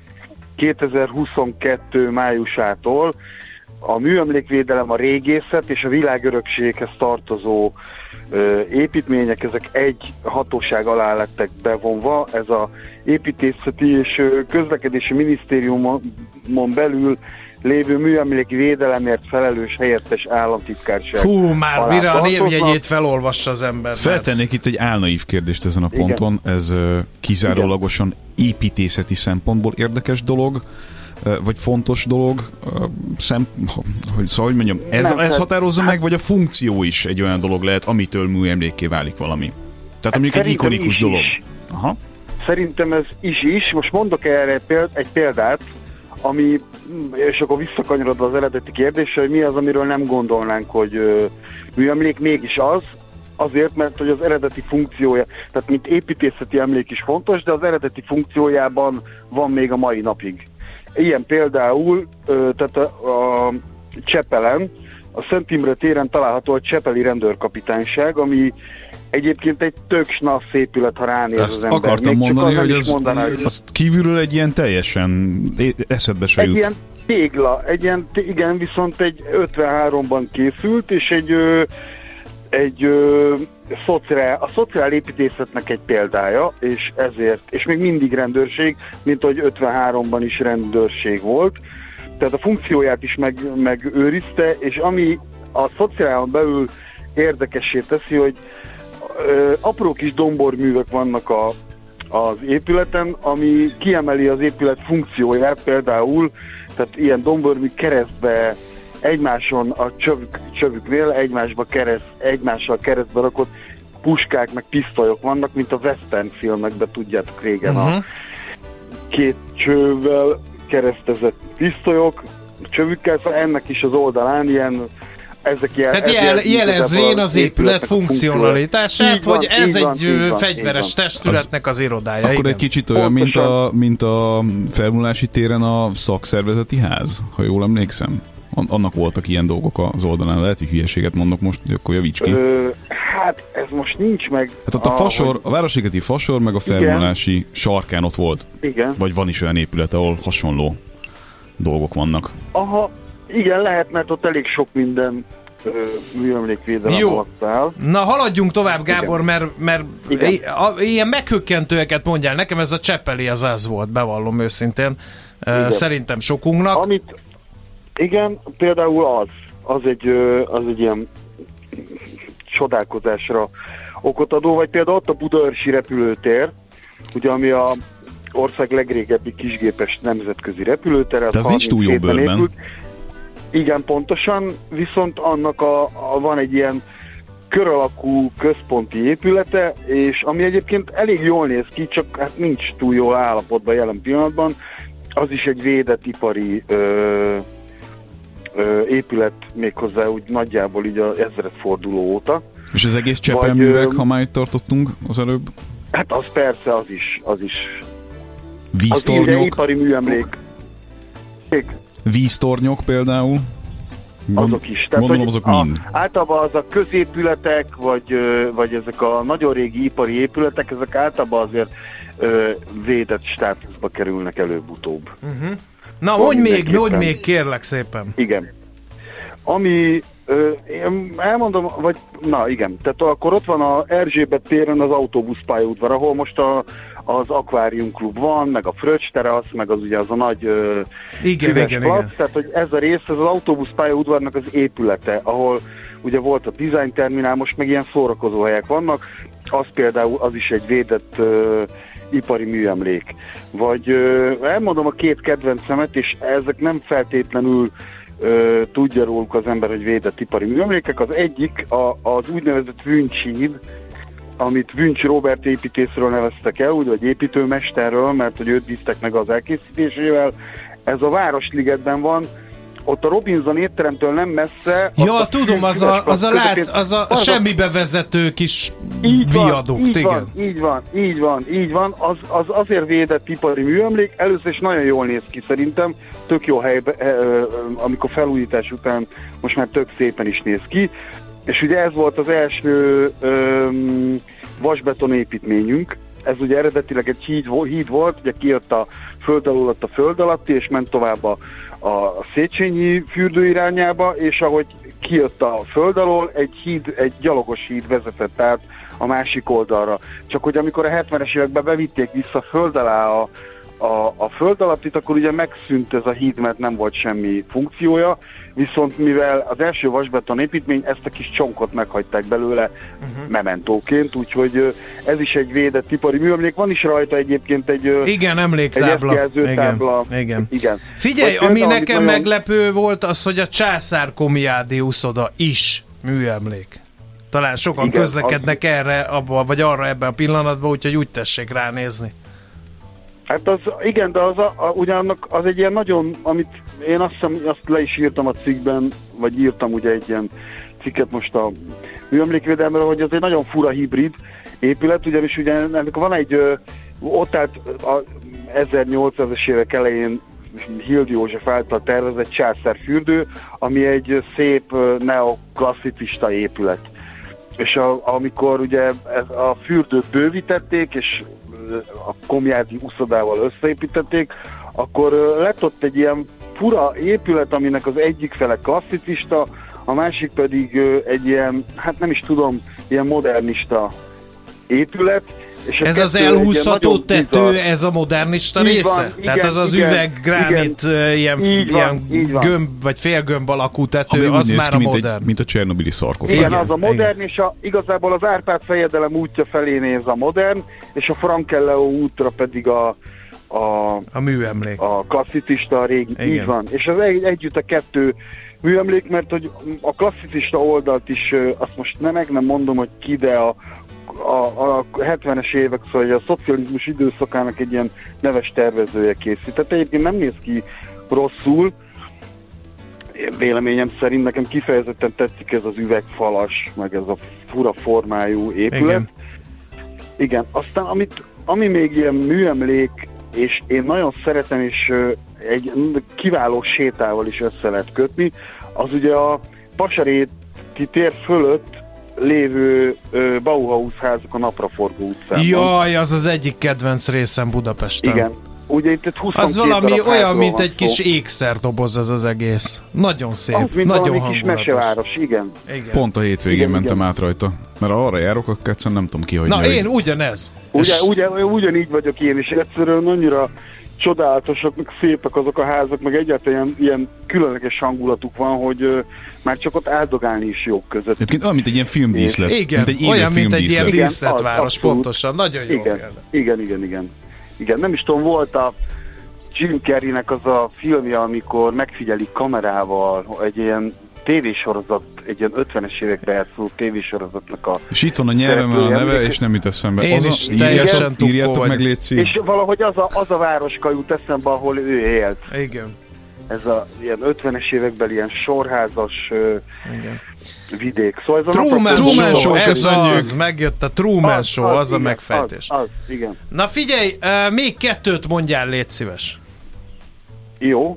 2022 májusától a műemlékvédelem, a régészet és a világörökséghez tartozó építmények, ezek egy hatóság alá lettek bevonva. Ez a építészeti és közlekedési minisztériumon belül lévő műemléki védelemért felelős helyettes államtitkárság. Hú, már mire a névjegyét felolvassa az ember. Feltennék itt egy álnaív kérdést ezen a ponton. Igen. Ez kizárólagosan építészeti szempontból érdekes dolog, vagy fontos dolog, hogy mondjam, ez határozza meg, vagy a funkció is egy olyan dolog lehet, amitől műemlékké válik valami? Tehát mondjuk egy ikonikus dolog. Aha. Szerintem ez is. Most mondok erre egy példát, ami, és akkor visszakanyarodva az eredeti kérdésre, hogy mi az, amiről nem gondolnánk, hogy műemlék, mégis az, azért, mert hogy az eredeti funkciója, tehát mint építészeti emlék is fontos, de az eredeti funkciójában van még a mai napig. Ilyen például, tehát a Csepelen, a Szent Imre téren található a Csepeli rendőrkapitányság, ami egyébként egy tök snassz épület, ha ránéz az ember. Akartam mondani, hogy az kívülről egy ilyen teljesen eszedbe se jut. Egy ilyen tégla, igen, viszont egy 53-ban készült, és a szociál építészetnek egy példája, és ezért, és még mindig rendőrség, mint hogy 53-ban is rendőrség volt. Tehát a funkcióját is megőrizte, és ami a szociálon belül érdekessé teszi, hogy apró kis domborművek vannak az épületen, ami kiemeli az épület funkcióját, például, tehát ilyen dombormű keresztbe egymáson a csövüknél egymással keresztbe rakott puskák, meg pisztolyok vannak, mint a western filmekben, tudjátok régen a két csővel keresztezett pisztolyok, csövükkel, szóval ennek is az oldalán ilyen tehát jelezvén az épület funkcionalitását, hogy ez egy fegyveres testületnek az irodája. Akkor igen. egy kicsit olyan, mint a Felvonulási téren a szakszervezeti ház, ha jól emlékszem. Annak voltak ilyen dolgok az oldalán, lehet, hogy hülyeséget mondok most, akkor javíts ki. Hát ez most nincs meg. Hát ott a fasor, a Városligeti fasor, meg a Felvonulási sarkán ott volt. Igen. Vagy van is olyan épület, ahol hasonló dolgok vannak. Aha, igen, lehet, mert ott elég sok minden műemlékvédelem alatt áll. Na, haladjunk tovább, Gábor, mert ilyen meghökkentőeket mondjál. Nekem ez a Csepeli az volt, bevallom őszintén. Szerintem sokunknak. Igen, például az egy ilyen csodálkozásra okot adó, vagy például ott a Budaörsi repülőtér, ugye, ami a ország legrégebbi kisgépes nemzetközi repülőtér. De az nincs túl jó bőrben. Igen, pontosan, viszont annak van egy ilyen kör alakú központi épülete, és ami egyébként elég jól néz ki, csak hát nincs túl jó állapotban jelen pillanatban, az is egy védett ipari épület, méghozzá úgy nagyjából így az ezredforduló óta. És az egész Csepel-művek, ha már itt tartottunk az előbb? Hát az persze, az is. Víztornyok? Az ipari műemlék. Víztornyok például? Azok is. Tehát, gondolom, azok mind. Általában az a középületek, vagy ezek a nagyon régi ipari épületek, ezek általában azért védett státuszba kerülnek előbb-utóbb. Na, mondj még, kérlek szépen. Igen. Ami, elmondom, vagy, na igen, tehát akkor ott van a Erzsébet téren az autóbuszpályaudvar, ahol most az Aquarium Klub van, meg a Fröccs terasz, meg az ugye az a nagy igen. Tehát, hogy ez a rész, ez az autóbuszpályaudvarnak az épülete, ahol ugye volt a design terminál, most meg ilyen szórakozóhelyek vannak, az például, az is egy védett ipari műemlék. Vagy elmondom a két kedvencemet, és ezek nem feltétlenül tudja róluk az ember, hogy védett ipari műemlékek. Az egyik az úgynevezett Wünch híd, amit Wünch Robert építészről neveztek el, úgy, vagy építőmesterről, mert hogy őt bíztak meg az elkészítésével. Ez a Városligetben van, ott a Robinson étteremtől nem messze. Ja, tudom, az a semmibe vezető kis viadukt, igen. Így van. Az azért védett ipari műemlék, először is nagyon jól néz ki szerintem, tök jó helyben, amikor felújítás után most már tök szépen is néz ki, és ugye ez volt az első vasbeton építményünk. Ez ugye eredetileg egy híd volt, ugye kijött a föld alól a föld alatti, és ment tovább a Széchenyi fürdő irányába, és ahogy kijött a föld alól, egy gyalogos híd vezetett át a másik oldalra. Csak hogy amikor a 70-es években bevitték vissza föld alá a föld alattit, akkor ugye megszűnt ez a híd, mert nem volt semmi funkciója, viszont mivel az első vasbeton építmény, ezt a kis csonkot meghagyták belőle mementóként, úgyhogy ez is egy védett ipari műemlék. Van is rajta egyébként egy emléktábla. Igen. Figyelj, ami nekem meglepő volt, az, hogy a Császár Komjádi úszoda is műemlék. Talán sokan igen, közlekednek erre, abba, vagy arra ebben a pillanatban, úgyhogy úgy tessék ránézni. Hát az, igen, de ugyanannak az egy ilyen nagyon, amit én azt hiszem, azt le is írtam a cikkben, vagy írtam ugye egy ilyen cikket most a műemlékvédelemre, hogy az egy nagyon fura hibrid épület, ugyanis ugye ennek van egy, ott állt a 1800-es évek elején Hildi József által tervezett császárfürdő, ami egy szép neoklasszicista épület. És amikor ugye a fürdőt bővítették, és a komjádi uszodával összeépítették, akkor lett ott egy ilyen fura épület, aminek az egyik fele klasszicista, a másik pedig egy ilyen, hát nem is tudom, ilyen modernista épület. És ez az elhúzható tető, ez a modernista része? Van, igen, tehát az üveggránit, ilyen gömb, vagy félgömb alakú tető, az már a modern. Mint a Csernobili szarkofág. Igen, az a modern, és igazából az Árpád fejedelem útja felé néz a modern, és a Frankenleo útra pedig a műemlék. A klasszicista, a régi. Így van. És az együtt a kettő műemlék, mert hogy a klasszicista oldalt is, azt most nem mondom, hogy ki, de a 70-es évek, szóval a szocializmus időszakának egy ilyen neves tervezője készített. Egyébként nem néz ki rosszul, véleményem szerint nekem kifejezetten tetszik ez az üvegfalas, meg ez a fura formájú épület. Igen. Aztán ami még ilyen műemlék, és én nagyon szeretem, és egy kiváló sétával is össze lehet kötni, az ugye a Pasaréti tér fölött lévő Bauhaus házak a Napraforgó utcában. Jaj, az az egyik kedvenc részem Budapesten. Igen. Ugye itt 22 az valami olyan, mint egy kis ékszerdoboz az egész. Nagyon szép, az, mint nagyon valami kis meseváros, igen. Pont a hétvégén mentem át rajta. Mert arra járok, akkor egyszerűen nem tudom kihagyni. Na én ugyanez. Ugyanígy vagyok én, és egyszerűen annyira csodálatosak, meg szépek azok a házak, meg egyáltalán ilyen különleges hangulatuk van, hogy már csak ott áldogálni is jók között. Egyébként olyan, mint egy ilyen filmdíszlet. Igen, mint egy olyan, mint egy ilyen díszletváros, pontosan. Nagyon jó. Igen, nem is tudom, volt a Jim Carreynek az a filmje, amikor megfigyelik kamerával egy ilyen tévésorozat, egy ilyen 50-es években elszóló tévésorozatnak a... És itt van a nyelvemmel a neve, és nem jut eszembe. Én is teljesen írjátok meg, létszik. És valahogy az a városka jut eszembe, ahol ő élt. Igen. Ez a ilyen 50-es években ilyen sorházas vidék. Szóval ez a Truman Show, ez az, megjött a Truman Show, az a megfejtés. Igen. Na figyelj, még kettőt mondjál, légy szíves. Jó.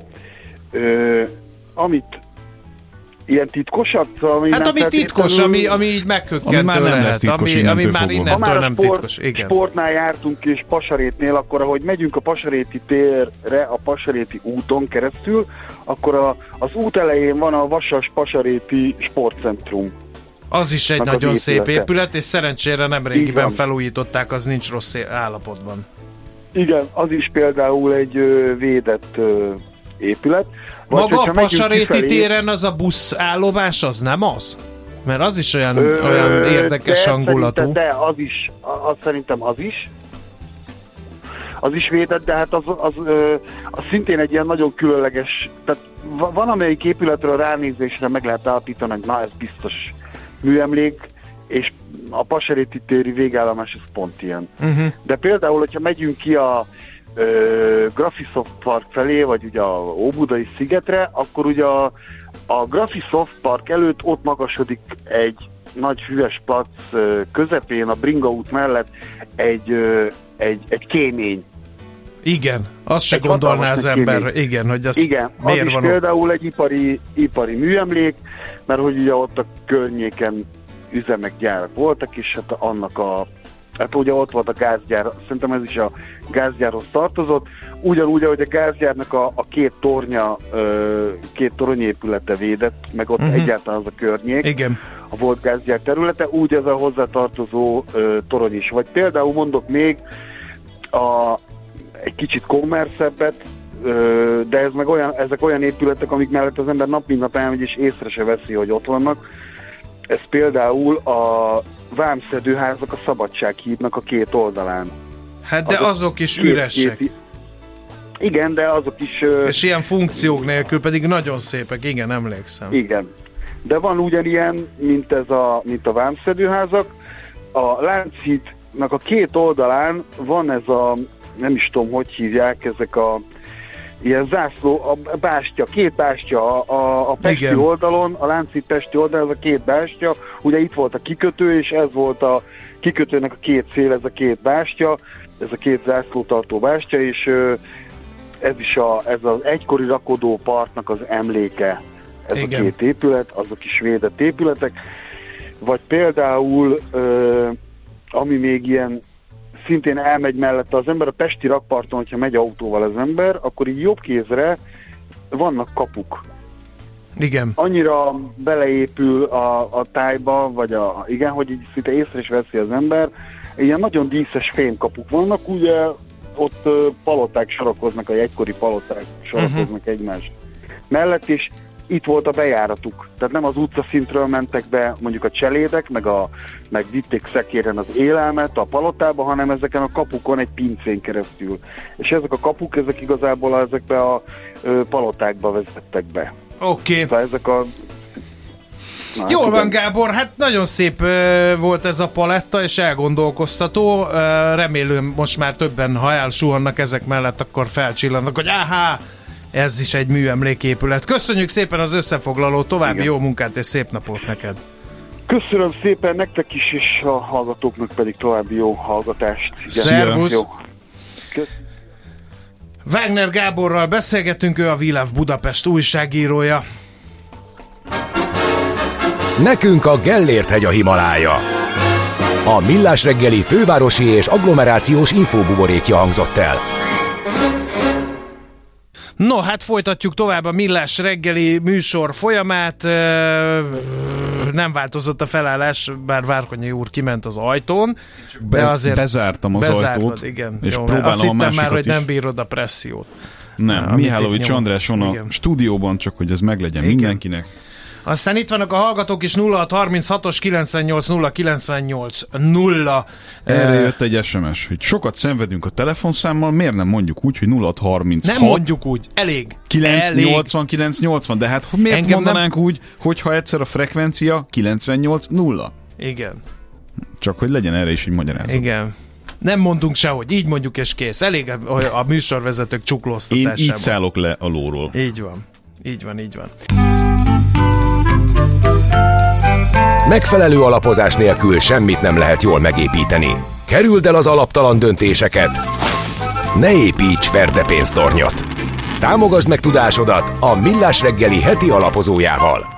Amit ilyen titkosat? Hát ami titkos, ami így megkökkentő ami már nem lesz titkos, ami már innentől nem titkos. Igen. Sportnál jártunk és Pasarétnél, akkor ahogy megyünk a Pasaréti térre, a Pasaréti úton keresztül, akkor az út elején van a Vasas-Pasaréti Sportcentrum. Az is egy nagyon szép épület, és szerencsére nemrégiben felújították, az nincs rossz állapotban. Igen, az is például egy védett épület. Maga a Pasaréti téren az a buszállomás, az nem az? Mert az is olyan érdekes hangulatú. De az szerintem az is védett, de hát az szintén egy ilyen nagyon különleges, tehát van amelyik épületről ránézésre meg lehet állapítani, hogy na ez biztos műemlék, és a Pasaréti téri végállomás ez pont ilyen. De például, hogyha megyünk ki a Graphisoft Park felé, vagy ugye a Óbudai szigetre, akkor ugye a Graphisoft Park előtt ott magasodik egy nagy füves plac közepén, a Bringa út mellett egy kémény. Igen, azt se gondolná az ember, igen, hogy az igen, miért az van is például egy ipari műemlék, mert hogy ugye ott a környéken üzemek, gyárak voltak, és hát annak hát ugye ott volt a gázgyár, szerintem ez is a gázgyárhoz tartozott, ugyanúgy, ahogy a gázgyárnak a két toronyépülete védett, meg ott egyáltalán az a környék, igen. A volt gázgyár területe, úgy ez a hozzátartozó torony is. Vagy például mondok még egy kicsit kommerszebbet, de ezek olyan épületek, amik mellett az ember nap mint nap elmegy, és észre se veszi, hogy ott vannak. Ez például a vámszedőházak a Szabadsághídnak a két oldalán. Hát de azok is üresek. Igen, de azok is... És ilyen funkciók nélkül pedig nagyon szépek, igen, emlékszem. Igen. De van ugyanilyen, mint a vámszedőházak. A Lánchídnak a két oldalán van ez a, nem is tudom, hogy hívják, ezek a ilyen zászló, a bástya, két bástya a pesti Igen. oldalon, a Lánchíd pesti oldalon, ez a két bástya, ugye itt volt a kikötő, és ez volt a kikötőnek a két szél, ez a két bástya, ez a két zászlótartó bástya, és ez az egykori rakodó partnak az emléke, ez Igen. a két épület, azok is védett épületek, vagy például, ami még ilyen szintén elmegy mellette az ember, a pesti rakparton, hogyha megy autóval az ember, akkor így jobb kézre vannak kapuk. Igen. Annyira beleépül a tájba, vagy igen, hogy így szinte észre is veszi az ember. Ilyen nagyon díszes fémkapuk vannak, ugye ott paloták sorakoznak, a egykori paloták sorakoznak egymás mellett, és itt volt a bejáratuk. Tehát nem az utcaszintről mentek be mondjuk a cselédek, meg vitték szekéren az élelmet a palotába, hanem ezeken a kapukon egy pincén keresztül. És ezek a kapuk, ezek igazából ezekbe a palotákba vezettek be. Oké. Tehát ezek a... Jól van, Gábor, hát nagyon szép volt ez a paletta, és elgondolkoztató. Remélem most már többen, ha elsuhannak ezek mellett, akkor felcsillannak, hogy áhá, ez is egy műemléképület. Köszönjük szépen az összefoglalót, további Igen. jó munkát és szép napot neked. Köszönöm szépen nektek is, és a hallgatóknak pedig további jó hallgatást. Igen. Szervusz! Jó. Wagner Gáborral beszélgetünk, ő a We Love Budapest újságírója. Nekünk a Gellért-hegy a Himalája. A Millás reggeli fővárosi és agglomerációs infóbuborékja hangzott el. No, hát folytatjuk tovább a Millás reggeli műsor folyamát. Nem változott a felállás, bár Várkonyi úr kiment az ajtón. De azért bezártam az ajtót, igen. és jó, próbálom azt hittem a másikat már, hogy is. nem bírod a pressziót. Nem, Amit Mihálovics itt András van a igen. stúdióban, csak hogy ez meglegyen Igen. mindenkinek. Aztán itt vannak a hallgatók is, 0636-os 98 0 98 0. Erre jött egy SMS, hogy sokat szenvedünk a telefonszámmal, miért nem mondjuk úgy, hogy 0636 Nem mondjuk úgy, elég. 980 980, de hát miért Engem mondanánk úgy, hogyha egyszer a frekvencia 98 0? Igen, Csak hogy legyen erre is egy magyarázat. igen. Nem mondunk sehogy, így mondjuk és kész. Elég a műsorvezetők csuklóztatásában. Én így szállok le a lóról. Így van. Így van, így van. Megfelelő alapozás nélkül semmit nem lehet jól megépíteni. Kerüld el az alaptalan döntéseket. Ne építs ferdepénztornyot. Támogasd meg tudásodat a Millás reggeli heti alapozójával.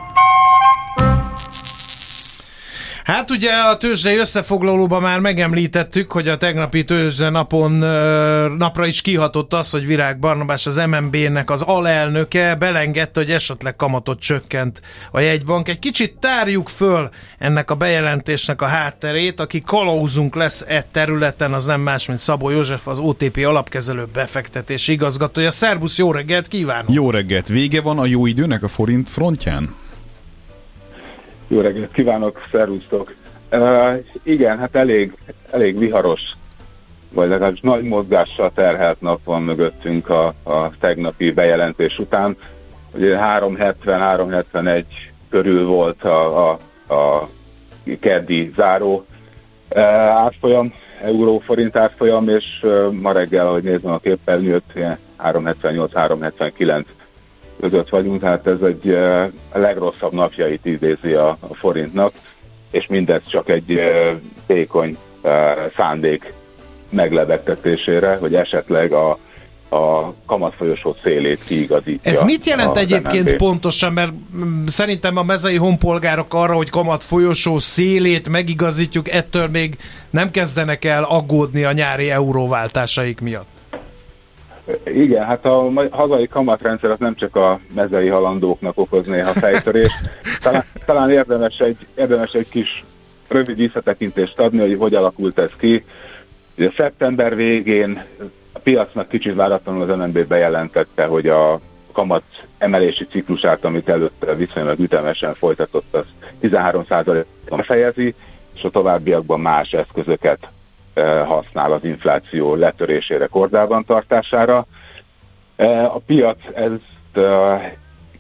Hát ugye a tőzsdei összefoglalóban már megemlítettük, hogy a tegnapi tőzsde napra is kihatott az, hogy Virág Barnabás, az MNB-nek az alelnöke belengedte, hogy esetleg kamatot csökkent a jegybank. Egy kicsit tárjuk föl ennek a bejelentésnek a hátterét. Aki kalauzunk lesz területen, az nem más, mint Szabó József, az OTP alapkezelő befektetési igazgatója. Szerbusz, jó reggelt kívánok! Jó reggelt! Vége van a jó időnek a forint frontján? Jó reggelt kívánok, szervusztok! Igen, hát elég viharos, vagy legalábbis nagy mozgással terhelt nap van mögöttünk a tegnapi bejelentés után. Ugye 370-371 körül volt a keddi záró árfolyam, euró-forint árfolyam, és ma reggel, ahogy nézem a képernyőt, 378-379 között vagyunk, tehát ez egy a legrosszabb napjait idézi a forintnak, és mindez csak egy vékony szándék meglebegtetésére, hogy esetleg a kamatfolyosó szélét kiigazítja. Ez mit jelent egyébként MNB? pontosan, mert szerintem a mezei honpolgárok arra, hogy kamatfolyosó szélét megigazítjuk, ettől még nem kezdenek el aggódni a nyári euróváltásaik miatt. Igen, hát a hazai kamatrendszer az nem csak a mezei halandóknak okoz néha fejtörést. Talán érdemes egy kis rövid visszatekintést adni, hogy alakult ez ki. Ugye szeptember végén a piacnak kicsit váratlanul az MNB bejelentette, hogy a kamat emelési ciklusát, amit előtte viszonylag ütemesen folytatott, az 13%-on fejezi, és a továbbiakban más eszközöket használ az infláció letörésére, kordában tartására. A piac ezt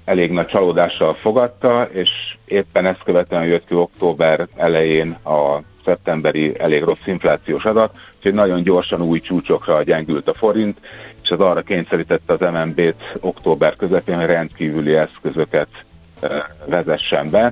elég nagy csalódással fogadta, és éppen ezt követően jött ki október elején a szeptemberi elég rossz inflációs adat, úgyhogy nagyon gyorsan új csúcsokra gyengült a forint, és az arra kényszerítette az MNB-t október közepén, hogy rendkívüli eszközöket vezessen be.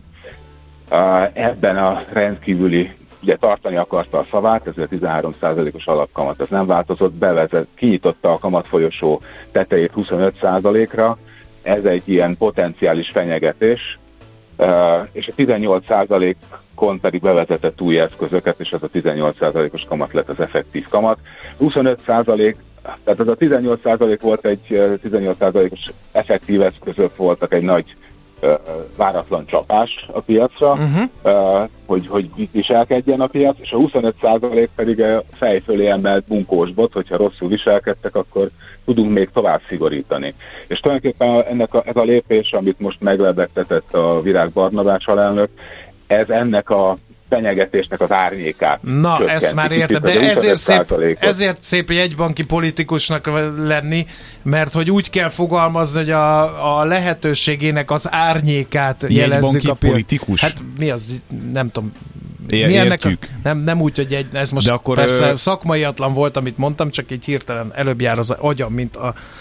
Ebben a rendkívüli, ugye tartani akarta a szavát, ezért 13%-os alapkamat, ez nem változott, kinyitotta a kamatfolyosó tetejét 25%-ra, ez egy ilyen potenciális fenyegetés, és a 18%-on pedig bevezetett új eszközöket, és az a 18%-os kamat lett az effektív kamat. 25%, tehát az a 18% volt egy 18%-os effektív eszközök voltak egy nagy váratlan csapás a piacra, hogy viselkedjen a piac, és a 25% pedig a fej fölé emelt bunkósbot, hogyha rosszul viselkedtek, akkor tudunk még tovább szigorítani. És tulajdonképpen ez a lépés, amit most meglebegtetett a Virág Barnabás alelnök, ez ennek a fenyegetésnek az árnyékát. Na, ezt már értem, de ezért szép jegybanki politikusnak lenni, mert hogy úgy kell fogalmazni, hogy a lehetőségének az árnyékát jelezzük a politikus? Hát mi az, nem tudom. Értjük. Nem úgy, hogy ez most akkor persze szakmaiatlan volt, amit mondtam, csak így hirtelen előbb jár az agyam, mint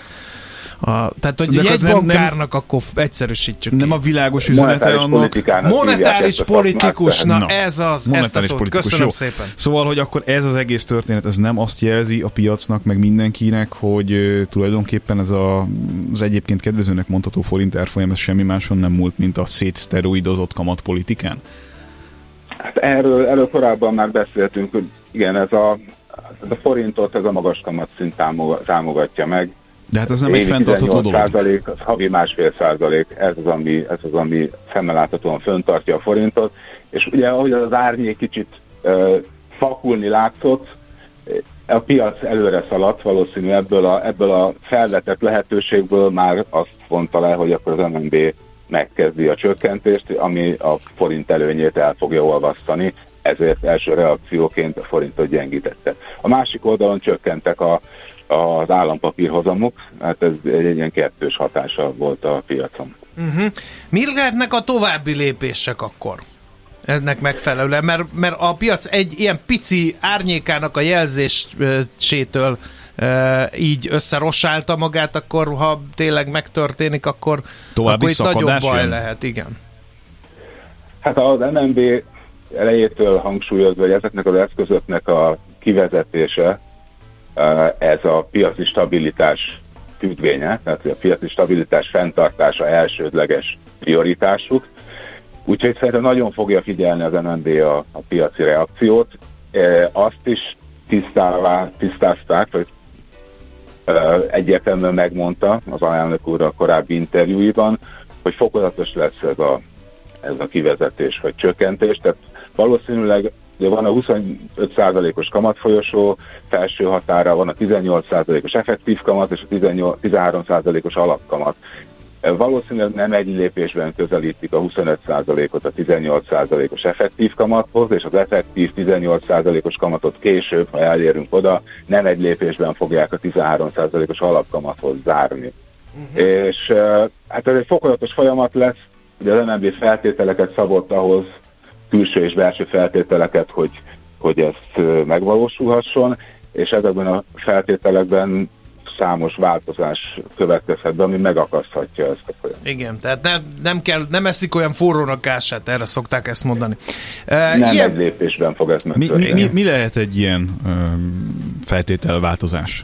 tehát, hogy jegybankárnak akkor egyszerűsítsük nem ki. A világos üzenete annak. Monetáris politikus, na ez az, ezt a szót. Köszönöm szépen. Szóval, hogy akkor ez az egész történet, ez nem azt jelzi a piacnak, meg mindenkinek, hogy tulajdonképpen ez az egyébként kedvezőnek mondható forint árfolyam, ez semmi máson nem múlt, mint a szétszteroidozott kamatpolitikán? Hát erről korábban már beszéltünk, hogy igen, ez a forintot, ez a magas kamatszint támogatja meg. De hát ez nem egy fenntartható dolog. Az havi 1,5%, ez az, ami szemmel láthatóan fenntartja a forintot, és ugye ahogy az árnyék kicsit fakulni látszott, a piac előre szaladt, valószínű ebből a felvetett lehetőségből már azt mondta le, hogy akkor az MNB megkezdi a csökkentést, ami a forint előnyét el fogja olvasztani, ezért első reakcióként a forintot gyengítette. A másik oldalon csökkentek az állampapírhozamok, hát ez egy ilyen kettős hatása volt a piacon. Mi lehetnek a további lépések akkor? Ennek megfelelően, mert a piac egy ilyen pici árnyékának a jelzésétől így összerossálta magát, akkor ha tényleg megtörténik, akkor itt nagyobb baj lehet, igen. Hát az MNB elejétől hangsúlyozva, hogy ezeknek az eszközöknek a kivezetése, ez a piaci stabilitás függvénye, tehát a piaci stabilitás fenntartása elsődleges prioritásuk. Úgyhogy szerintem nagyon fogja figyelni az MNB a piaci reakciót. Azt is tisztázták, hogy egyértelműen megmondta az alelnök úr a korábbi interjúiban, hogy fokozatos lesz ez a kivezetés vagy csökkentés. Tehát valószínűleg van a 25%-os kamatfolyosó felső határa, van a 18%-os effektív kamat és a 13%-os alapkamat. Valószínűleg nem egy lépésben közelítik a 25%-ot a 18%-os effektív kamathoz, és az effektív 18%-os kamatot később, ha elérünk oda, nem egy lépésben fogják a 13%-os alapkamathoz zárni. És hát ez egy fokozatos folyamat lesz, ugye az MNB feltételeket szabott ahhoz, külső és belső feltételeket, hogy ez megvalósulhasson, és ezekben a feltételekben számos változás következhet be, ami megakaszthatja ezt a folyamat. Igen, tehát nem eszik olyan forrónak ását, erre szokták ezt mondani. Egy lépésben fog ez megtörténni. Mi lehet egy ilyen feltételváltozás?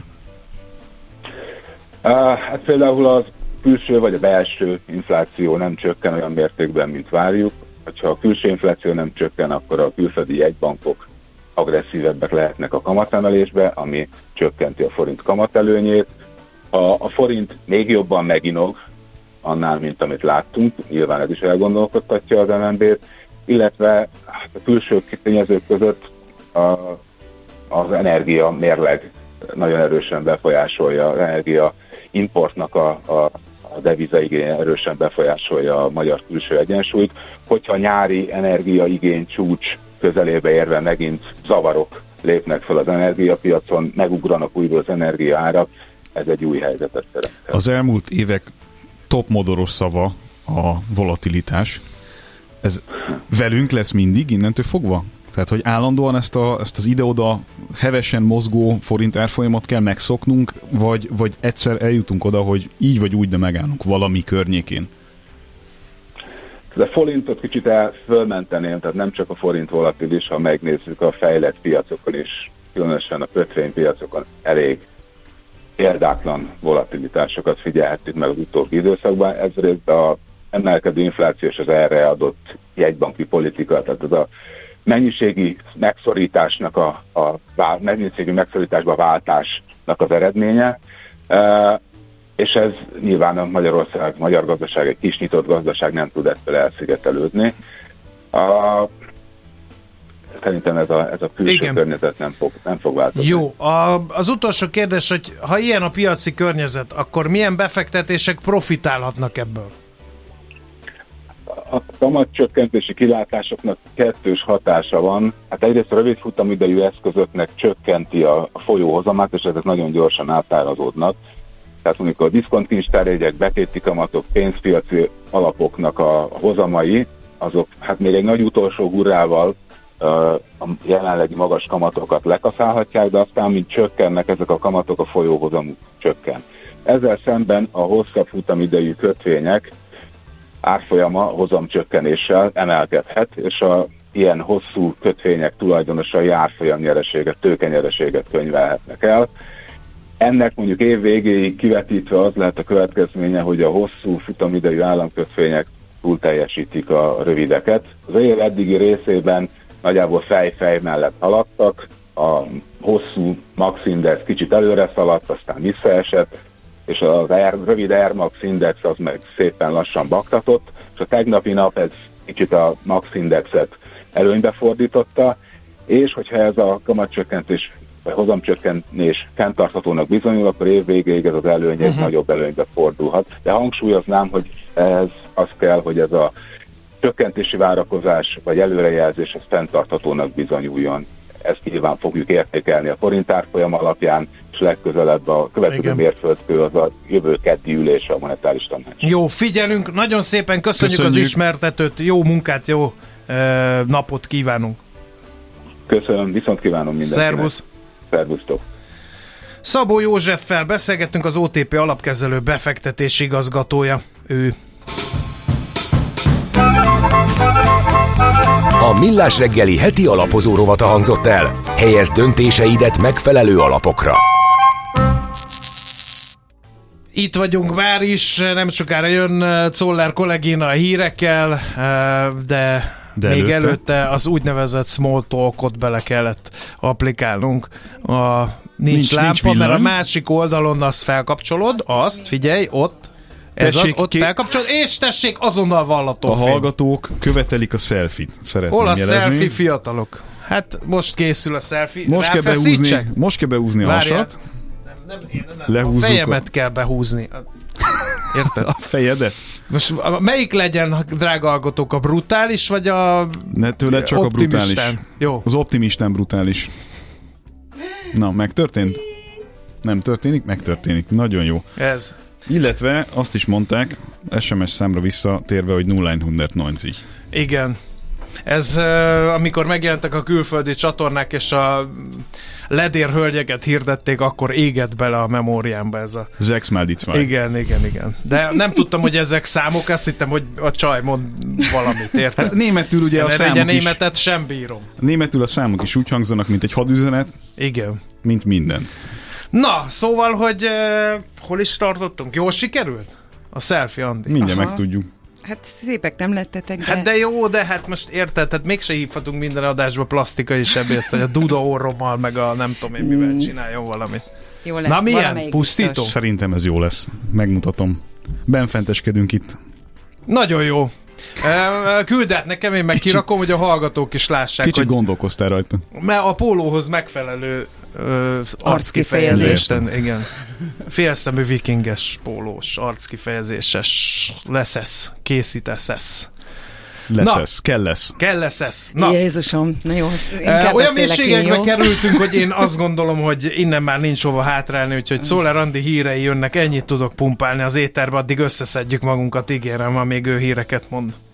Hát például az külső vagy a belső infláció nem csökken olyan mértékben, mint várjuk. Ha a külső infláció nem csökken, akkor a külföldi jegybankok agresszívebbek lehetnek a kamatemelésbe, ami csökkenti a forint kamatelőnyét. A forint még jobban meginog annál, mint amit láttunk, nyilván ez is elgondolkodtatja az MNB-t, illetve a külső tényezők között az energia mérleg nagyon erősen befolyásolja, az energia importnak a devizaigény erősen befolyásolja a magyar külső egyensúlyt. Hogyha nyári energiaigény csúcs közelébe érve megint zavarok lépnek fel az energiapiacon, megugranak újból az energiaárak, ez egy új helyzetet teremt. Az elmúlt évek top modoros szava a volatilitás. Ez velünk lesz mindig innentől fogva? Tehát, hogy állandóan ezt az ide-oda hevesen mozgó forint árfolyamot kell megszoknunk, vagy egyszer eljutunk oda, hogy így vagy úgy, de megállunk valami környékén? De forintot kicsit fölmenteném, tehát nem csak a forint volatilis, ha megnézzük a fejlett piacokon is, különösen a kötvénypiacokon elég példátlan volatilitásokat figyelhettük meg az utóbbi időszakban. Ez részben az emelkedő infláció és az erre adott jegybanki politika, tehát ez a mennyiségi megszorításnak mennyiségi megszorításba váltásnak az eredménye, és ez nyilván a magyar gazdaság egy kis nyitott gazdaság, nem tud ettől elszigetelődni. Szerintem ez a külső környezet nem fog változni. Jó, az utolsó kérdés, hogy ha ilyen a piaci környezet, akkor milyen befektetések profitálhatnak ebből? A kamatcsökkentési kilátásoknak kettős hatása van. Hát egyrészt a rövid futamidejű eszközöknek csökkenti a folyóhozamát, és ezek nagyon gyorsan átárazódnak. Tehát amikor a diszkontkincstárjegyek, betéti kamatok, pénzpiaci alapoknak a hozamai, azok hát még egy nagy utolsó gurrával a jelenlegi magas kamatokat lekaszálhatják, de aztán, mint csökkennek ezek a kamatok, a folyóhozamuk csökken. Ezzel szemben a hosszabb futamidejű kötvények árfolyama hozamcsökkenéssel emelkedhet, és ilyen hosszú kötvények tulajdonosai árfolyamnyereséget, tőkenyereséget könyvelhetnek el. Ennek mondjuk év végéig kivetítve az lehet a következménye, hogy a hosszú futamidejű államkötvények túlteljesítik a rövideket. Az év eddigi részében nagyjából fej-fej mellett haladtak, a hosszú Max Index kicsit előre szaladt, aztán visszaesett, és a rövid Air Max Index az meg szépen lassan baktatott, és a tegnapi nap ez kicsit a Max Indexet előnybe fordította, és hogyha ez a kamatcsökkentés vagy hozamcsökkentés fenntarthatónak bizonyul, akkor év végéig ez az előny egy nagyobb előnybe fordulhat. De hangsúlyoznám, hogy ez az kell, hogy ez a csökkentési várakozás vagy előrejelzés ez fenntarthatónak bizonyuljon. Ezt nyilván fogjuk értékelni a forint árfolyam alapján, és legközelebb a következő mérföldkő az a jövő keddi ülése a monetáris tanács. Jó, figyelünk, nagyon szépen köszönjük az ismertetőt, jó munkát, jó napot kívánunk. Köszönöm, viszont kívánom mindenkinek. Szervusz! Szervusztok! Szabó Józseffel beszélgettünk, az OTP alapkezelő befektetési igazgatója. Ő. A Millás reggeli heti alapozó rovata hangzott el. Helyezd döntéseidet megfelelő alapokra. Itt vagyunk már is, nem sokára jön Czoller kollégina a hírekkel, de még előtte az úgynevezett small talkot bele kellett applikálnunk. Nincs lámpa, mert a másik oldalon azt felkapcsolod, azt figyelj, ott ott felkapcsolod, és tessék, azonnal vallató a hallgatók követelik a selfie-t. Szeretném hol a jelezni. selfie, fiatalok? Hát most készül a selfie. Most kell behúzni a hasat. Nem. A fejemet kell behúzni. Érted? A fejedet? Most melyik legyen, drága hallgatók, a brutális, vagy a tőle csak a brutális. Jó. Az optimistán brutális. Na, megtörtént? Nem történik? Megtörténik. Nagyon jó. Ez. Illetve azt is mondták, SMS számra visszatérve, hogy 0190. Igen. Ez amikor megjelentek a külföldi csatornák, és a ledérhölgyeket hirdették, akkor égett bele a memóriámba ez a... Sechs mal die zwei. Igen. De nem tudtam, hogy ezek számok, azt hittem, hogy a csaj mond valamit, érted? Hát németül ugye a számok is... németet sem bírom. Németül a számok is úgy hangzanak, mint egy hadüzenet. Igen. Mint minden. Na, szóval, hogy hol is tartottunk? Jól sikerült? A selfie, Andi. Mindjárt megtudjuk. Hát szépek nem lettetek, de... Hát de jó, de hát most érted, tehát mégse hívhatunk minden adásba plastikai sebészt, hogy a duda orrommal, meg a nem tudom én mivel csináljon valamit. Jó lesz. Na milyen? Pusztító? Biztos. Szerintem ez jó lesz. Megmutatom. Benfenteskedünk itt. Nagyon jó. Küld át nekem, én meg kirakom, hogy a hallgatók is lássák. Kicsit hogy gondolkoztál rajta. Mert a pólóhoz megfelelő arckifejezésen, igen. Félszemű vikinges pólós, arckifejezéses leszesz, készítesz. Kell lesz. Na. Jézusom, na jó. Olyan mélységekbe kerültünk, hogy én azt gondolom, hogy innen már nincs hova hátrálni, úgyhogy Szoller Andi hírei jönnek, ennyit tudok pumpálni az éterbe, addig összeszedjük magunkat, ígérem, amíg ő híreket mond.